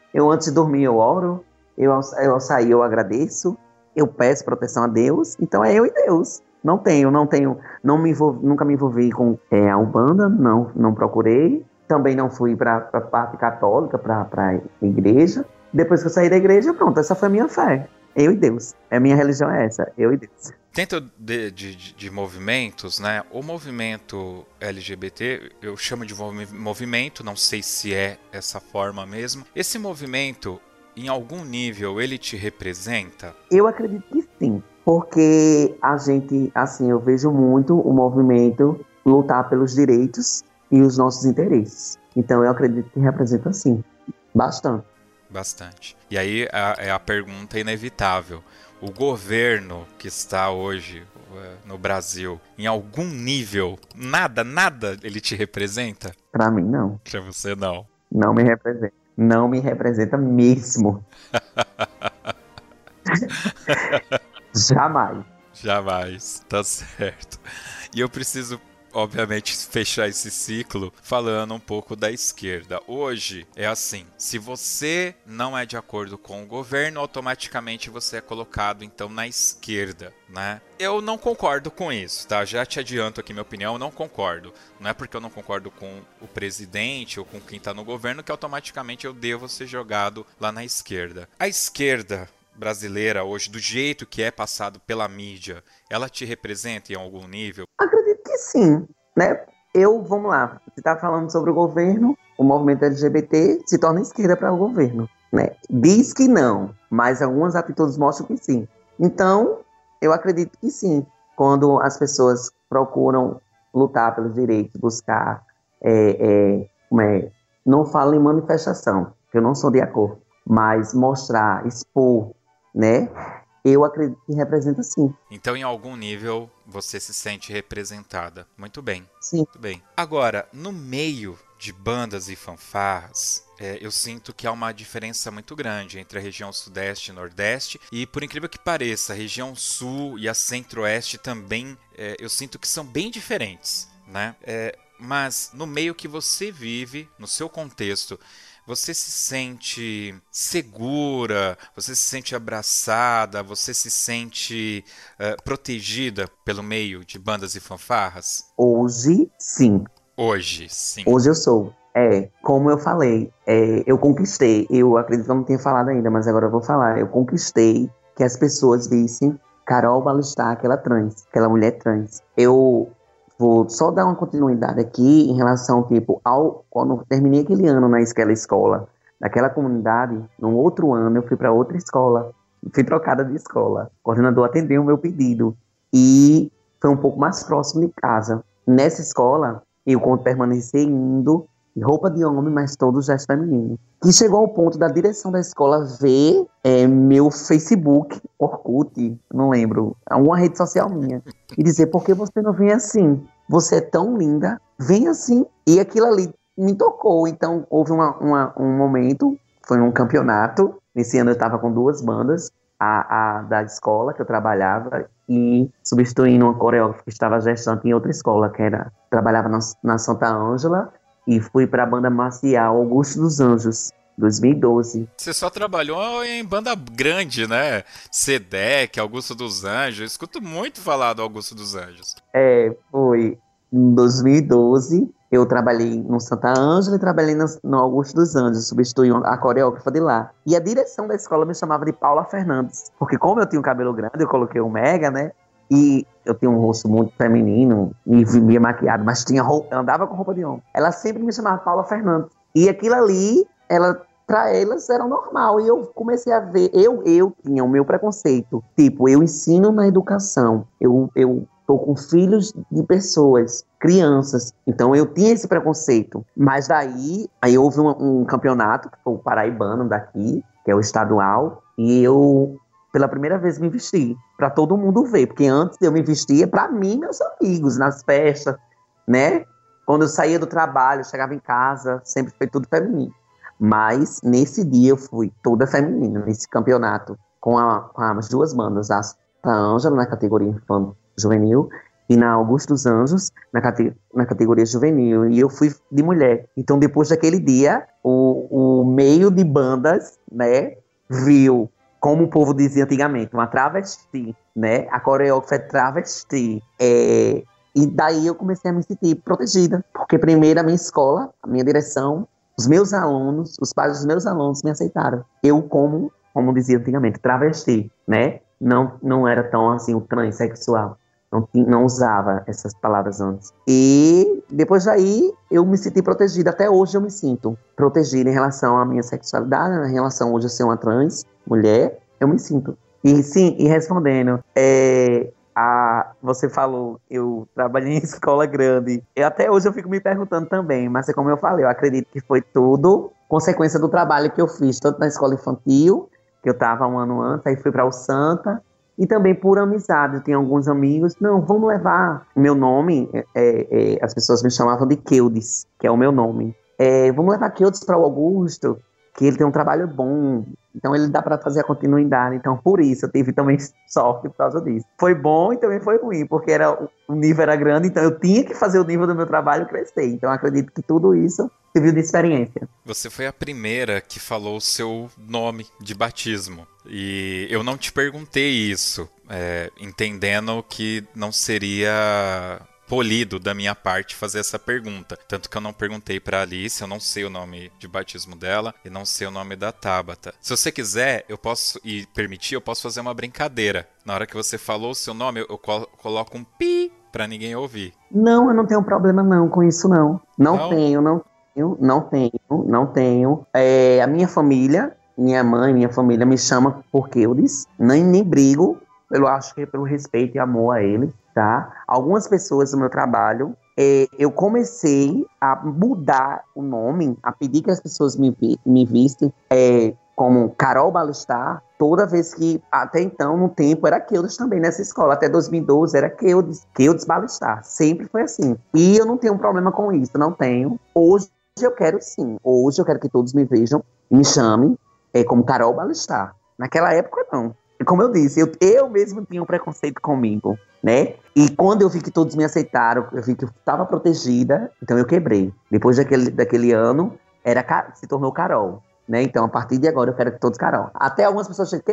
Eu antes de dormir eu oro, eu, eu ao sair eu agradeço, eu peço proteção a Deus, então é eu e Deus. Não tenho, não tenho, não me envolvi, nunca me envolvi com é, a Umbanda, não, não procurei. Também não fui para a parte católica, para a igreja. Depois que eu saí da igreja, pronto, essa foi a minha fé. Eu e Deus. A minha religião é essa, eu e Deus. Dentro de, de, de movimentos, né? O movimento L G B T, eu chamo de movimento, não sei se é essa forma mesmo. Esse movimento, em algum nível, ele te representa? Eu acredito que sim. Porque a gente, assim, eu vejo muito o movimento lutar pelos direitos e os nossos interesses. Então eu acredito que representa sim, bastante. Bastante. E aí a, é a pergunta inevitável. O governo que está hoje no Brasil, em algum nível, nada, nada ele te representa? Pra mim, não. Pra você, não. Não me representa. Não me representa mesmo. Jamais. Jamais, tá certo. E eu preciso, obviamente, fechar esse ciclo falando um pouco da esquerda. Hoje é assim, se você não é de acordo com o governo, automaticamente você é colocado, então, na esquerda, né? Eu não concordo com isso, tá? Já te adianto aqui minha opinião, eu não concordo. Não é porque eu não concordo com o presidente ou com quem tá no governo que automaticamente eu devo ser jogado lá na esquerda. A esquerda brasileira hoje, do jeito que é passado pela mídia, ela te representa em algum nível? Acredito que sim, né? Eu, vamos lá, você está falando sobre o governo, o movimento L G B T se torna esquerda para o governo, né? Diz que não, mas algumas atitudes mostram que sim. Então, eu acredito que sim, quando as pessoas procuram lutar pelos direitos, buscar, é, é, como é, não falo em manifestação, que eu não sou de acordo, mas mostrar, expor, né? Eu acredito que representa sim. Então, em algum nível, você se sente representada. Muito bem. Sim. Muito bem. Agora, no meio de bandas e fanfarras, é, eu sinto que há uma diferença muito grande entre a região sudeste e nordeste. E, por incrível que pareça, a região sul e a centro-oeste também, é, eu sinto que são bem diferentes, né? É, mas, no meio que você vive, no seu contexto, você se sente segura, você se sente abraçada, você se sente uh, protegida pelo meio de bandas e fanfarras? Hoje, sim. Hoje, sim. Hoje eu sou. É, como eu falei, é, eu conquistei, eu acredito que eu não tenha falado ainda, mas agora eu vou falar. Eu conquistei que as pessoas vissem Carol Balistar, aquela trans, aquela mulher trans. Eu vou só dar uma continuidade aqui em relação, tipo, ao quando eu terminei aquele ano naquela escola, naquela comunidade, no outro ano eu fui para outra escola, fui trocada de escola. O coordenador atendeu o meu pedido e foi um pouco mais próximo de casa. Nessa escola, eu permaneci indo, roupa de homem, mas todo gesto feminino. Que chegou ao ponto da direção da escola ver é, meu Facebook, Orkut, não lembro, uma rede social minha, e dizer, por que você não vem assim? Você é tão linda, vem assim. E aquilo ali me tocou. Então, houve uma, uma, um momento, foi num campeonato, nesse ano eu estava com duas bandas, a, a da escola que eu trabalhava, e substituindo uma coreógrafa que estava gestante em outra escola, que era, trabalhava na, na Santa Ângela, e fui para a banda marcial Augusto dos Anjos, dois mil e doze. Você só trabalhou em banda grande, né? C D E C, Augusto dos Anjos. Eu escuto muito falar do Augusto dos Anjos. É, foi em dois mil e doze. Eu trabalhei no Santa Ângela e trabalhei no, no Augusto dos Anjos, substituí a coreógrafa de lá. E a direção da escola me chamava de Paula Fernandes, porque como eu tinha um cabelo grande, eu coloquei um mega, né? E eu tinha um rosto muito feminino, me via maquiado, mas tinha roupa, eu andava com roupa de homem. Ela sempre me chamava Paula Fernandes. E aquilo ali, ela, pra elas, era normal. E eu comecei a ver, eu, eu tinha o meu preconceito. Tipo, eu ensino na educação, eu, eu tô com filhos de pessoas, crianças. Então eu tinha esse preconceito. Mas daí, aí houve um, um campeonato, que foi o paraibano daqui, que é o estadual, e eu, pela primeira vez, me vesti, para todo mundo ver, porque antes eu me vestia para mim e meus amigos, nas festas, né? Quando eu saía do trabalho, eu chegava em casa, sempre foi tudo feminino. Mas nesse dia eu fui toda feminina, nesse campeonato, com, a, com as duas bandas, a Santa Ângela na categoria infanto juvenil e na Augusto dos Anjos, na, cate na categoria juvenil, e eu fui de mulher. Então, depois daquele dia, o, o meio de bandas, né, viu, como o povo dizia antigamente, uma travesti, né, a coreógrafa é travesti, é, e daí eu comecei a me sentir protegida, porque primeiro a minha escola, a minha direção, os meus alunos, os pais dos meus alunos me aceitaram. Eu como, como dizia antigamente, travesti, né, não, não era tão assim o transexual. Não, não usava essas palavras antes. E depois daí eu me senti protegida. Até hoje eu me sinto protegida em relação à minha sexualidade, em relação hoje a ser uma trans mulher, eu me sinto. E sim, e respondendo, é, a, você falou, eu trabalhei em escola grande. E até hoje eu fico me perguntando também, mas é como eu falei, eu acredito que foi tudo consequência do trabalho que eu fiz, tanto na escola infantil, que eu estava um ano antes, aí fui para o Santa. E também por amizade, eu tenho alguns amigos, não, vamos levar o meu nome, é, é, as pessoas me chamavam de Keudes, que é o meu nome. É, vamos levar Keudes para o Augusto, que ele tem um trabalho bom, então ele dá para fazer a continuidade. Então, por isso, eu tive também sorte por causa disso. Foi bom e também foi ruim, porque era, o nível era grande, então eu tinha que fazer o nível do meu trabalho crescer. Então, eu acredito que tudo isso serviu de experiência. Você foi a primeira que falou o seu nome de batismo. E eu não te perguntei isso, é, entendendo que não seria polido da minha parte fazer essa pergunta. Tanto que eu não perguntei pra Alice, eu não sei o nome de batismo dela e não sei o nome da Tabata. Se você quiser, eu posso, e permitir, eu posso fazer uma brincadeira. Na hora que você falou o seu nome, eu coloco um pi pra ninguém ouvir. Não, eu não tenho problema não com isso não. Não, não? tenho, não tenho, não tenho, não tenho. É, a minha família... Minha mãe, minha família me chama por Keudes, nem, nem brigo, eu acho que é pelo respeito e amor a ele, tá? Algumas pessoas do meu trabalho, é, eu comecei a mudar o nome, a pedir que as pessoas me, me vistem é, como Carol Balistar, toda vez que, até então, no tempo, era Keudes também nessa escola, até dois mil e doze era Keudes, Keudes Balistar, sempre foi assim. E eu não tenho um problema com isso, não tenho. Hoje eu quero sim, hoje eu quero que todos me vejam e me chamem, É como Carol Balistar. Naquela época, não. E como eu disse, eu, eu mesmo tinha um preconceito comigo, né? E quando eu vi que todos me aceitaram, eu vi que eu estava protegida, então eu quebrei. Depois daquele, daquele ano, era, se tornou Carol, né? Então, a partir de agora, eu quero que todos Carol. Até algumas pessoas chegam...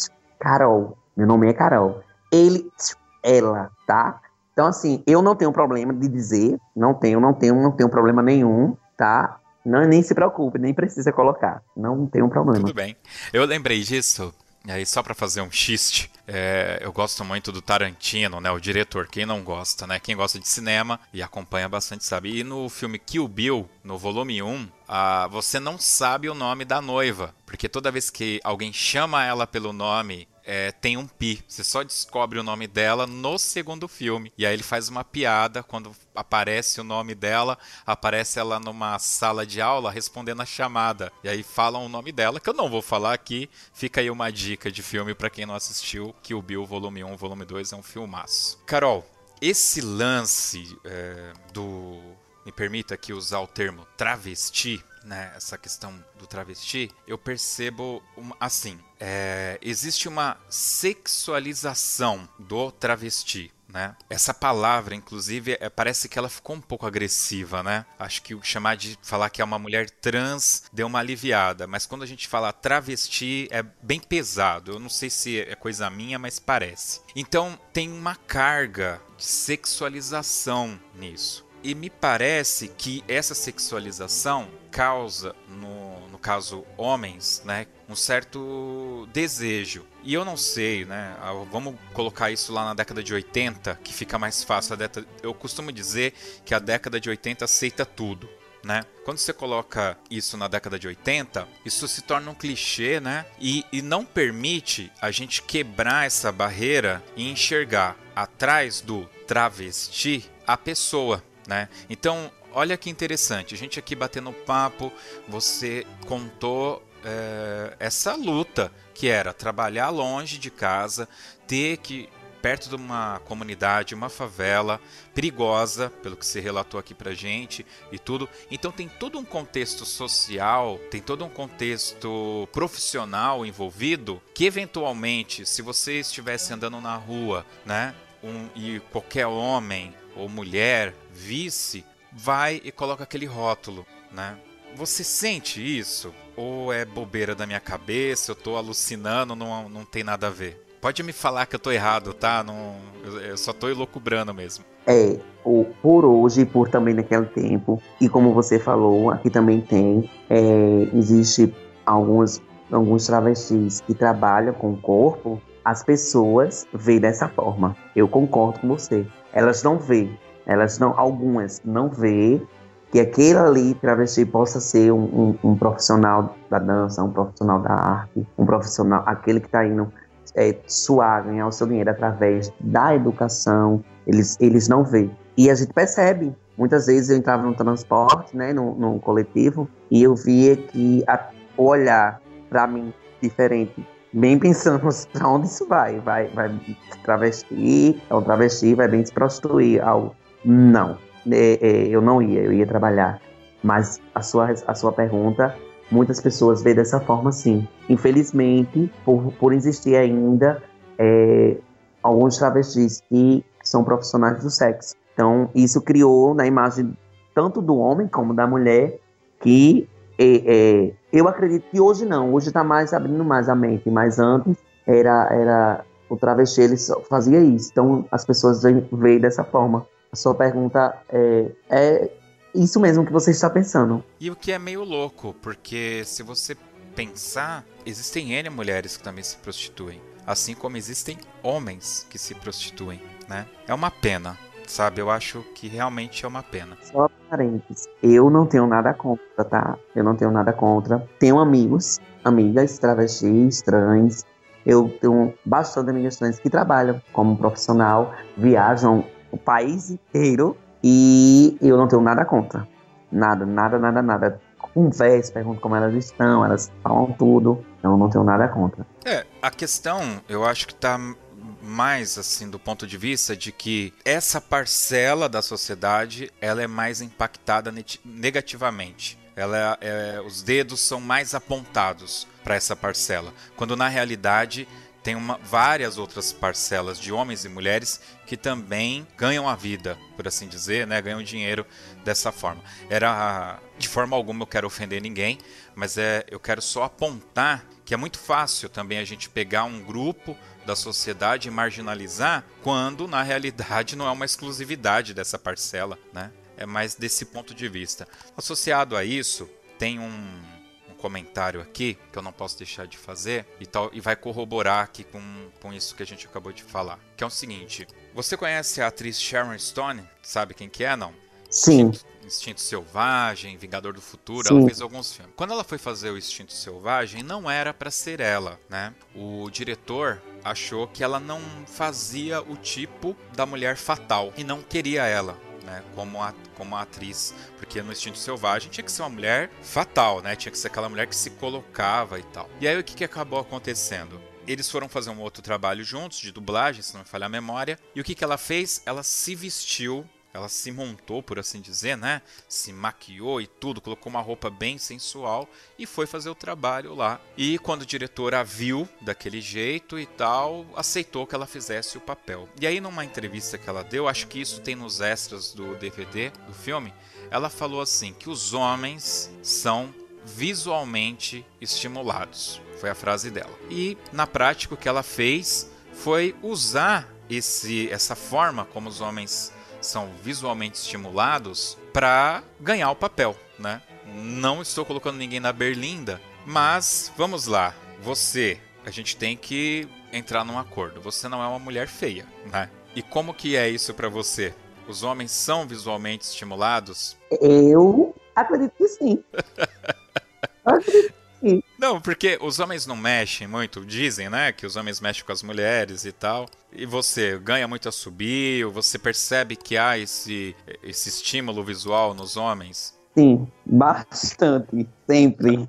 Carol. Meu nome é Carol. Ele, ela, tá? Então, assim, eu não tenho problema de dizer, não tenho, não tenho, não tenho problema nenhum, tá? Não, nem se preocupe, nem precisa colocar. Não tem um problema. Tudo bem. Eu lembrei disso, e aí só pra fazer um xiste, é, eu gosto muito do Tarantino, né, o diretor. Quem não gosta, né? Quem gosta de cinema e acompanha bastante sabe. E no filme Kill Bill, no volume um, a, você não sabe o nome da noiva, porque toda vez que alguém chama ela pelo nome... É, tem um pi, você só descobre o nome dela no segundo filme. E aí ele faz uma piada, quando aparece o nome dela, aparece ela numa sala de aula respondendo a chamada. E aí falam o nome dela, que eu não vou falar aqui. Fica aí uma dica de filme pra quem não assistiu, que o Bill volume um, volume dois é um filmaço. Carol, esse lance é, do... Me permita aqui usar o termo travesti, né, essa questão do travesti, eu percebo uma, assim, é, existe uma sexualização do travesti, né? Essa palavra, inclusive, é, parece que ela ficou um pouco agressiva, né? Acho que chamar de falar que é uma mulher trans deu uma aliviada, mas quando a gente fala travesti é bem pesado. Eu não sei se é coisa minha, mas parece. Então tem uma carga de sexualização nisso. E me parece que essa sexualização causa, no, no caso homens, né, um certo desejo. E eu não sei, né, vamos colocar isso lá na década de oitenta, que fica mais fácil. A década, eu costumo dizer que a década de oitenta aceita tudo, né? Quando você coloca isso na década de oitenta, isso se torna um clichê, né? E, e não permite a gente quebrar essa barreira e enxergar atrás do travesti a pessoa. Né? Então, olha que interessante, a gente aqui batendo papo, você contou é, essa luta que era trabalhar longe de casa, ter que, perto de uma comunidade, uma favela perigosa, pelo que você relatou aqui pra gente e tudo. Então tem todo um contexto social, tem todo um contexto profissional envolvido, que eventualmente, se você estivesse andando na rua, né, um, e qualquer homem ou mulher visse, vai e coloca aquele rótulo, né? Você sente isso? Ou é bobeira da minha cabeça, eu tô alucinando, não, não tem nada a ver? Pode me falar que eu tô errado, tá? Não, eu, eu só tô elucubrando mesmo. É, o, por hoje, por também naquele tempo, e como você falou, aqui também tem, é, existe alguns, alguns travestis que trabalham com o corpo, as pessoas veem dessa forma. Eu concordo com você. Elas não veem, elas não, algumas não veem que aquele ali, travesti, possa ser um, um, um profissional da dança, um profissional da arte, um profissional, aquele que está indo é, suar, ganhar o seu dinheiro através da educação, eles, eles não veem. E a gente percebe, muitas vezes eu entrava no transporte, né, no, no coletivo, e eu via que a, o olhar para mim diferente, bem pensando para onde isso vai, vai, vai travesti, é um travesti, vai bem se prostituir, algo. Não. É, é, eu não ia, eu ia trabalhar. Mas a sua, a sua pergunta, muitas pessoas veem dessa forma, sim. Infelizmente, por, por existir ainda é, alguns travestis que são profissionais do sexo. Então, isso criou na imagem tanto do homem como da mulher que é, é, eu acredito que hoje não, hoje está mais abrindo mais a mente, mas antes era, era o travesti, ele só fazia isso. Então, as pessoas veem dessa forma. A sua pergunta é, é isso mesmo que você está pensando. E o que é meio louco, porque se você pensar, existem N mulheres que também se prostituem, assim como existem homens que se prostituem, né? É uma pena, sabe? Eu acho que realmente é uma pena. Só parênteses, eu não tenho nada contra, tá? Eu não tenho nada contra. Tenho amigos, amigas, travestis, trans. Eu tenho bastante amigas trans que trabalham como profissional, viajam o país inteiro e eu não tenho nada contra. Nada, nada, nada, nada. Converso, pergunto como elas estão, elas falam tudo. Então eu não tenho nada contra. É, a questão, eu acho que tá mais assim do ponto de vista de que essa parcela da sociedade, ela é mais impactada negativamente. Ela é, é, os dedos são mais apontados para essa parcela, quando na realidade tem uma, várias outras parcelas de homens e mulheres que também ganham a vida, por assim dizer, né? Ganham dinheiro dessa forma. Era, de forma alguma eu quero ofender ninguém, mas é, eu quero só apontar que é muito fácil também a gente pegar um grupo da sociedade e marginalizar, quando na realidade não é uma exclusividade dessa parcela, né? É mais desse ponto de vista. Associado a isso, tem um comentário aqui que eu não posso deixar de fazer e, tal, e vai corroborar aqui com, com isso que a gente acabou de falar, que é o seguinte: você conhece a atriz Sharon Stone? Sabe quem que é, não? Sim. Instinto, Instinto Selvagem, Vingador do Futuro. Sim. Ela fez alguns filmes. Quando ela foi fazer o Instinto Selvagem, não era para ser ela, né? O diretor achou que ela não fazia o tipo da mulher fatal e não queria ela, né, como, a, como a atriz, porque no Instinto Selvagem tinha que ser uma mulher fatal, né, tinha que ser aquela mulher que se colocava e tal. E aí o que, que acabou acontecendo? Eles foram fazer um outro trabalho juntos, de dublagem, se não me falhar a memória, e o que, que ela fez? Ela se vestiu, ela se montou, por assim dizer, né, se maquiou e tudo, colocou uma roupa bem sensual e foi fazer o trabalho lá. E quando o diretor a viu daquele jeito e tal, aceitou que ela fizesse o papel. E aí numa entrevista que ela deu, acho que isso tem nos extras do D V D do filme, ela falou assim, que os homens são visualmente estimulados. Foi a frase dela. E na prática o que ela fez foi usar esse, essa forma como os homens são visualmente estimulados para ganhar o papel, né? Não estou colocando ninguém na berlinda, mas vamos lá. Você, a gente tem que entrar num acordo. Você não é uma mulher feia, né? E como que é isso para você? Os homens são visualmente estimulados? Eu acredito que sim. Eu acredito que sim. Não, porque os homens não mexem muito, dizem, né, que os homens mexem com as mulheres e tal. E você ganha muito assobio, você percebe que há esse, esse estímulo visual nos homens? Sim, bastante, sempre.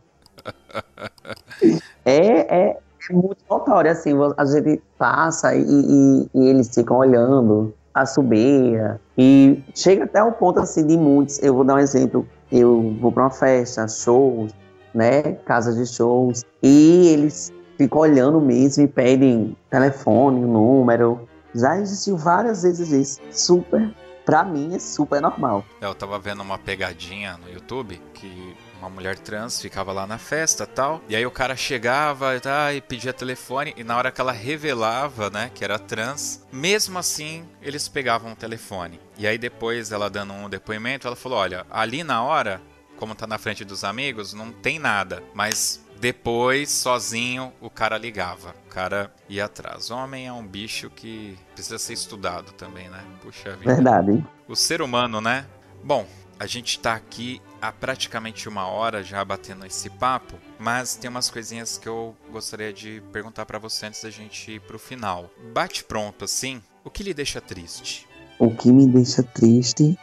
é, é, é muito notório, assim, a gente passa e, e, e eles ficam olhando, assobia, e chega até o ponto, assim, de muitos. Eu vou dar um exemplo, eu vou pra uma festa, shows, né, casas de shows, e eles ficam olhando mesmo e pedem telefone, número, Já existiu várias vezes isso. Super, pra mim é super normal. Eu tava vendo uma pegadinha no YouTube que uma mulher trans ficava lá na festa e tal, e aí o cara chegava tá, e pedia telefone, e na hora que ela revelava, né, que era trans, mesmo assim eles pegavam o telefone. E aí depois ela dando um depoimento, ela falou, olha, ali na hora, como tá na frente dos amigos, não tem nada, mas depois, sozinho, o cara ligava, o cara ia atrás. Homem é um bicho que precisa ser estudado também, né? Puxa vida. Verdade. O ser humano, né? Bom, a gente tá aqui há praticamente uma hora já batendo esse papo, mas tem umas coisinhas que eu gostaria de perguntar pra você antes da gente ir pro final. Bate pronto, assim, o que lhe deixa triste? O que me deixa triste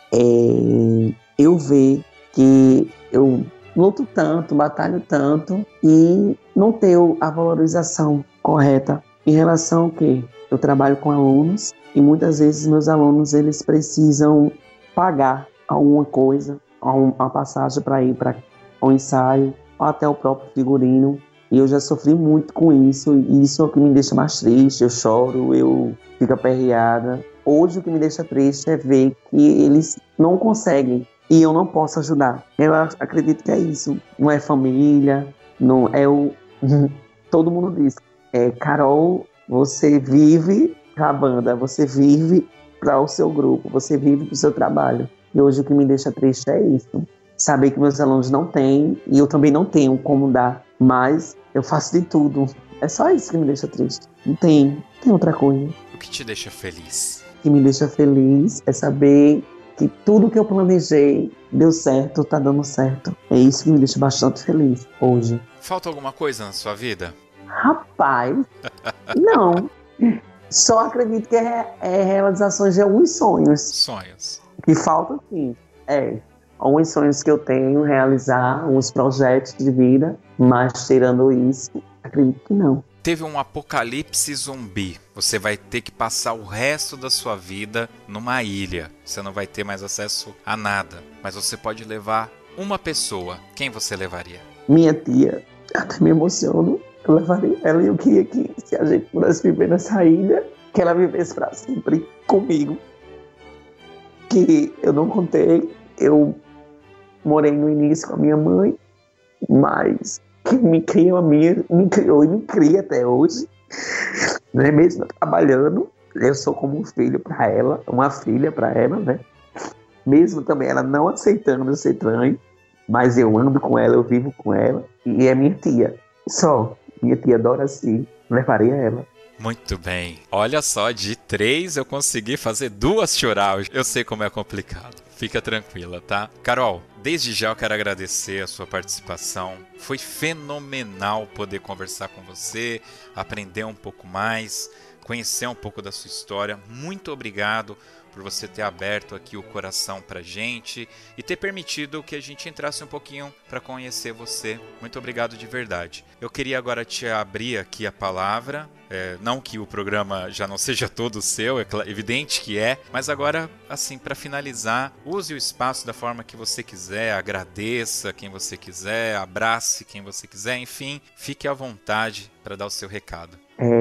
é eu ver que eu luto tanto, batalho tanto e não ter a valorização correta em relação ao que eu trabalho com alunos e muitas vezes meus alunos eles precisam pagar alguma coisa, uma passagem para ir para um ensaio ou até o próprio figurino, e eu já sofri muito com isso e isso é o que me deixa mais triste. Eu choro, eu fico aperreada. Hoje o que me deixa triste é ver que eles não conseguem e eu não posso ajudar. Eu acredito que é isso. Não é família, não é o... Todo mundo diz, é, Carol, você vive para a banda, você vive para o seu grupo, você vive para o seu trabalho. E hoje o que me deixa triste é isso. Saber que meus alunos não têm e eu também não tenho como dar, mas eu faço de tudo. É só isso que me deixa triste. Não tem, não tem outra coisa. O que te deixa feliz? O que me deixa feliz é saber que tudo que eu planejei deu certo, tá dando certo. É isso que me deixa bastante feliz hoje. Falta alguma coisa na sua vida? Rapaz, não. Só acredito que é, é realizações de alguns sonhos. Sonhos. Que falta sim. É, alguns sonhos que eu tenho, realizar, alguns projetos de vida, mas tirando isso, acredito que não. Teve um apocalipse zumbi. Você vai ter que passar o resto da sua vida numa ilha. Você não vai ter mais acesso a nada. Mas você pode levar uma pessoa. Quem você levaria? Minha tia. Até me emociono. Eu levaria ela e eu queria que, se a gente pudesse viver nessa ilha, que ela vivesse para sempre comigo. Que eu não contei. Eu morei no início com a minha mãe, mas... que me criou a minha, me criou e me cria até hoje, né? Mesmo trabalhando, eu sou como um filho para ela, uma filha para ela, né? Mesmo também ela não aceitando eu ser trans, mas eu ando com ela, eu vivo com ela, e é minha tia, só, minha tia Doraci, levaria ela. Muito bem. Olha só, de três eu consegui fazer duas chorar. Eu sei como é complicado. Fica tranquila, tá? Carol, desde já eu quero agradecer a sua participação. Foi fenomenal poder conversar com você, aprender um pouco mais, conhecer um pouco da sua história. Muito obrigado por você ter aberto aqui o coração pra gente e ter permitido que a gente entrasse um pouquinho para conhecer você. Muito obrigado de verdade. Eu queria agora te abrir aqui a palavra, é, não que o programa já não seja todo seu, é evidente que é, mas agora, assim, para finalizar, use o espaço da forma que você quiser, agradeça quem você quiser, abrace quem você quiser, enfim, fique à vontade para dar o seu recado.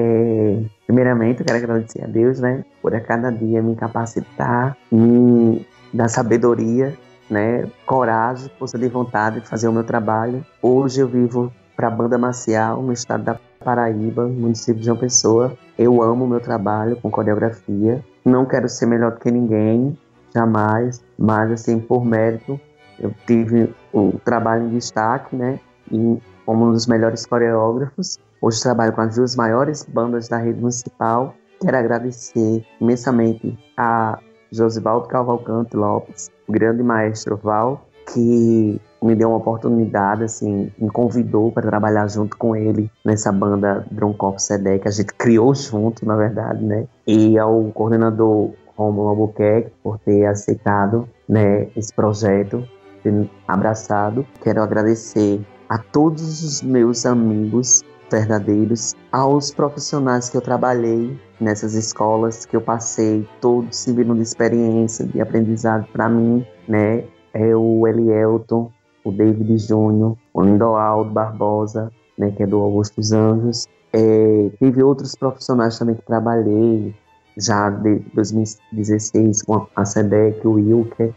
É, primeiramente, eu quero agradecer a Deus, né, por a cada dia me capacitar, me dar sabedoria, né, coragem, força de vontade de fazer o meu trabalho. Hoje eu vivo para a Banda Marcial, no estado da Paraíba, no município de João Pessoa. Eu amo o meu trabalho com coreografia. Não quero ser melhor do que ninguém, jamais, mas assim, por mérito, eu tive o trabalho em destaque, né, e como um dos melhores coreógrafos. Hoje trabalho com as duas maiores bandas da rede municipal. Quero agradecer imensamente a Josivaldo Cavalcante Lopes, o grande maestro Val, que me deu uma oportunidade, assim, me convidou para trabalhar junto com ele nessa banda Drum Corps C D, que a gente criou junto, na verdade, né? E ao coordenador Romulo Albuquerque por ter aceitado, né, esse projeto, ter abraçado. Quero agradecer a todos os meus amigos verdadeiros, aos profissionais que eu trabalhei nessas escolas, que eu passei, todos serviram de experiência, de aprendizado para mim, né? É o Elielton, o David Júnior, o Lindoaldo Barbosa, né, que é do Augusto dos Anjos. É, teve outros profissionais também que trabalhei, já de dois mil e dezesseis, com a SEDEC, o Wilker,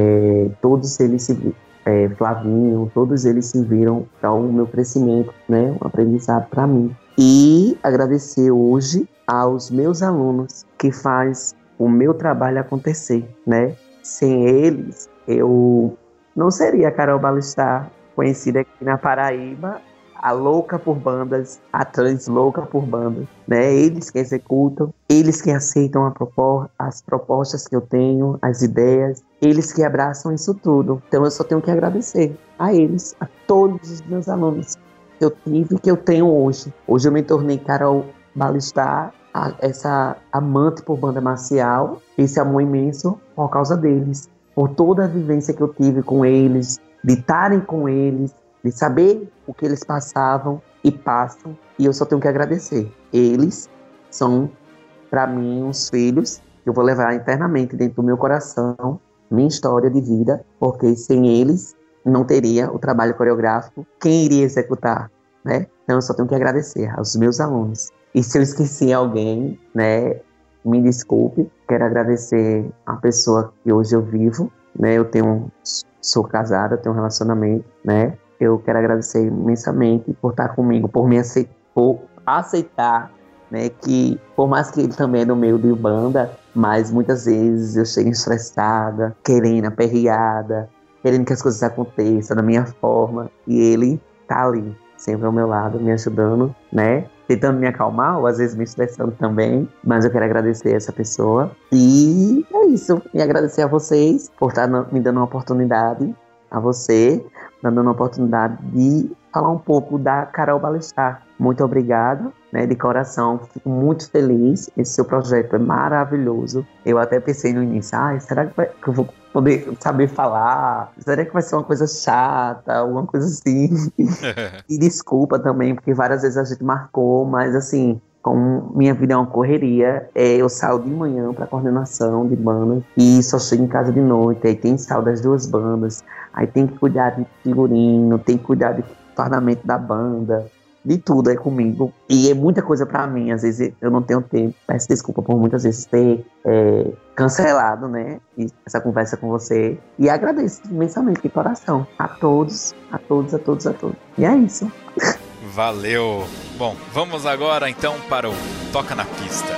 é, todos eles se é, Flavinho, todos eles se viram para o meu crescimento, né, um aprendizado para mim. E agradecer hoje aos meus alunos que faz o meu trabalho acontecer, né? Sem eles, eu não seria a Carol Balistar, conhecida aqui na Paraíba, a louca por bandas, a trans louca por bandas, né? Eles que executam, eles que aceitam a propor- as propostas que eu tenho, as ideias, eles que abraçam isso tudo. Então eu só tenho que agradecer a eles, a todos os meus alunos que eu tive e que eu tenho hoje. Hoje eu me tornei Carol Balistar, a, essa amante por banda marcial, esse amor imenso por causa deles, por toda a vivência que eu tive com eles, de estarem com eles, de saber o que eles passavam e passam, e eu só tenho que agradecer. Eles são, para mim, uns filhos que eu vou levar eternamente dentro do meu coração, minha história de vida, porque sem eles não teria o trabalho coreográfico, quem iria executar, né? Então eu só tenho que agradecer aos meus alunos. E se eu esqueci alguém, né, me desculpe, quero agradecer a pessoa que hoje eu vivo, né? Eu tenho, sou casada, tenho um relacionamento, né? Eu quero agradecer imensamente por estar comigo, por me aceitar, por aceitar, né, que por mais que ele também é no meio de banda, mas muitas vezes eu chego estressada, querendo, aperreada, querendo que as coisas aconteçam da minha forma, e ele tá ali, sempre ao meu lado, me ajudando, né, tentando me acalmar, ou às vezes me estressando também, mas eu quero agradecer essa pessoa, e é isso, e agradecer a vocês por estar me dando uma oportunidade, a você, dando uma oportunidade de falar um pouco da Carol Balistar. Muito obrigado, né, de coração, fico muito feliz, esse seu projeto é maravilhoso. Eu até pensei no início, ah, será que, vai, que eu vou poder saber falar? Será que vai ser uma coisa chata, alguma coisa assim? E desculpa também, porque várias vezes a gente marcou, mas assim, como minha vida é uma correria, é, eu saio de manhã para coordenação de banda e só chego em casa de noite, aí tem ensaio das duas bandas, aí tem que cuidar de figurino, tem que cuidar de fardamento da banda, de tudo é comigo, e é muita coisa pra mim, às vezes eu não tenho tempo, peço desculpa por muitas vezes ter é, cancelado, né, essa conversa com você, e agradeço imensamente de coração a todos, a todos, a todos, a todos, e é isso. Valeu! Bom, vamos agora então para o Toca na Pista.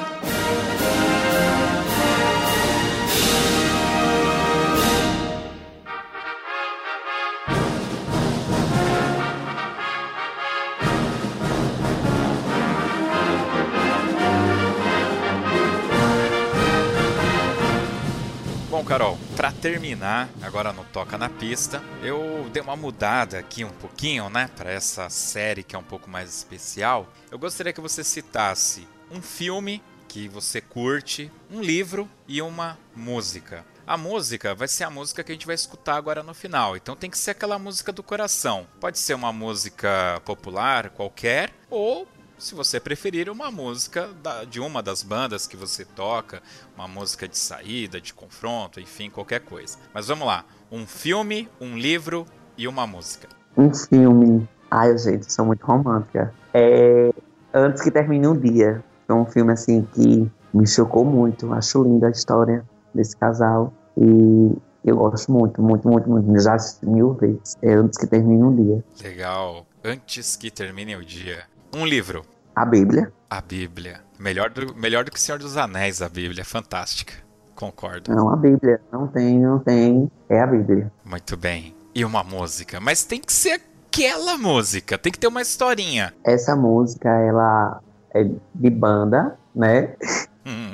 Bom, Carol, para terminar, agora no Toca na Pista, eu dei uma mudada aqui um pouquinho, né, para essa série que é um pouco mais especial. Eu gostaria que você citasse um filme que você curte, um livro e uma música. A música vai ser a música que a gente vai escutar agora no final, então tem que ser aquela música do coração. Pode ser uma música popular qualquer, ou, se você preferir, uma música da, de uma das bandas que você toca, uma música de saída, de confronto, enfim, qualquer coisa. Mas vamos lá, um filme, um livro e uma música. Um filme, ai gente, sou muito romântica. É Antes que Termine um Dia, é um filme assim que me chocou muito, acho linda a história desse casal e eu gosto muito, muito, muito, muito, já assisti mil vezes, é Antes que Termine um Dia. Legal, Antes que Termine o Dia. Um livro. A Bíblia. A Bíblia. Melhor do, melhor do que Senhor dos Anéis, a Bíblia. Fantástica. Concordo. Não, a Bíblia. Não tem, não tem. É a Bíblia. Muito bem. E uma música. Mas tem que ser aquela música. Tem que ter uma historinha. Essa música, ela é de banda, né? Hum.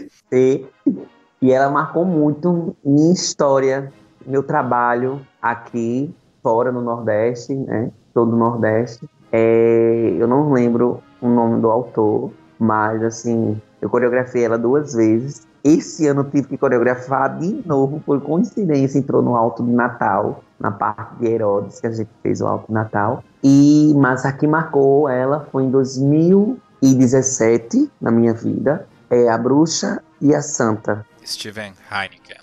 e, e ela marcou muito minha história, meu trabalho aqui, fora no Nordeste, né? Todo o Nordeste. É, eu não lembro o nome do autor, mas assim, eu coreografei ela duas vezes. Esse ano eu tive que coreografar de novo, por coincidência, entrou no Alto de Natal, na parte de Herodes, que a gente fez o Alto de Natal. E, mas a que marcou ela foi em dois mil e dezessete, na minha vida, é A Bruxa e a Santa. Steven Heineken.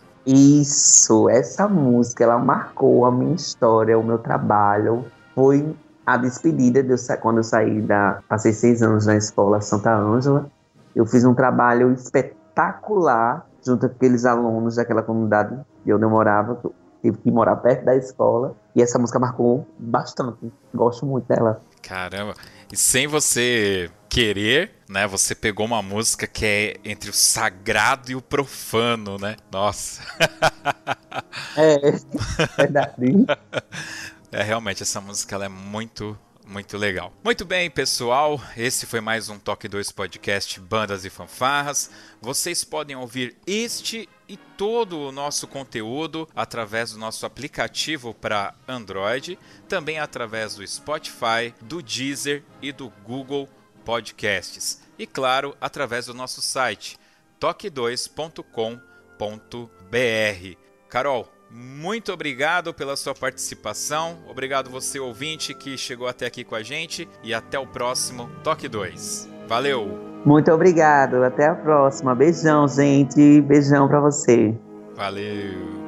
Isso, essa música, ela marcou a minha história, o meu trabalho. Foi a despedida, de eu, quando eu saí da... Passei seis anos na escola Santa Ângela. Eu fiz um trabalho espetáculo, espetacular, junto com aqueles alunos daquela comunidade que onde eu morava, que eu tive que morar perto da escola, e essa música marcou bastante. Gosto muito dela. Caramba, e sem você querer, né, você pegou uma música que é entre o sagrado e o profano, né? Nossa. É, verdade. É, realmente, essa música ela é muito, muito legal. Muito bem, pessoal, esse foi mais um Toque dois Podcast Bandas e Fanfarras. Vocês podem ouvir este e todo o nosso conteúdo através do nosso aplicativo para Android, também através do Spotify, do Deezer e do Google Podcasts. E claro, através do nosso site toque dois ponto com ponto b r. Carol, muito obrigado pela sua participação. Obrigado você, ouvinte, que chegou até aqui com a gente. E até o próximo Toque dois. Valeu! Muito obrigado. Até a próxima. Beijão, gente. Beijão pra você. Valeu!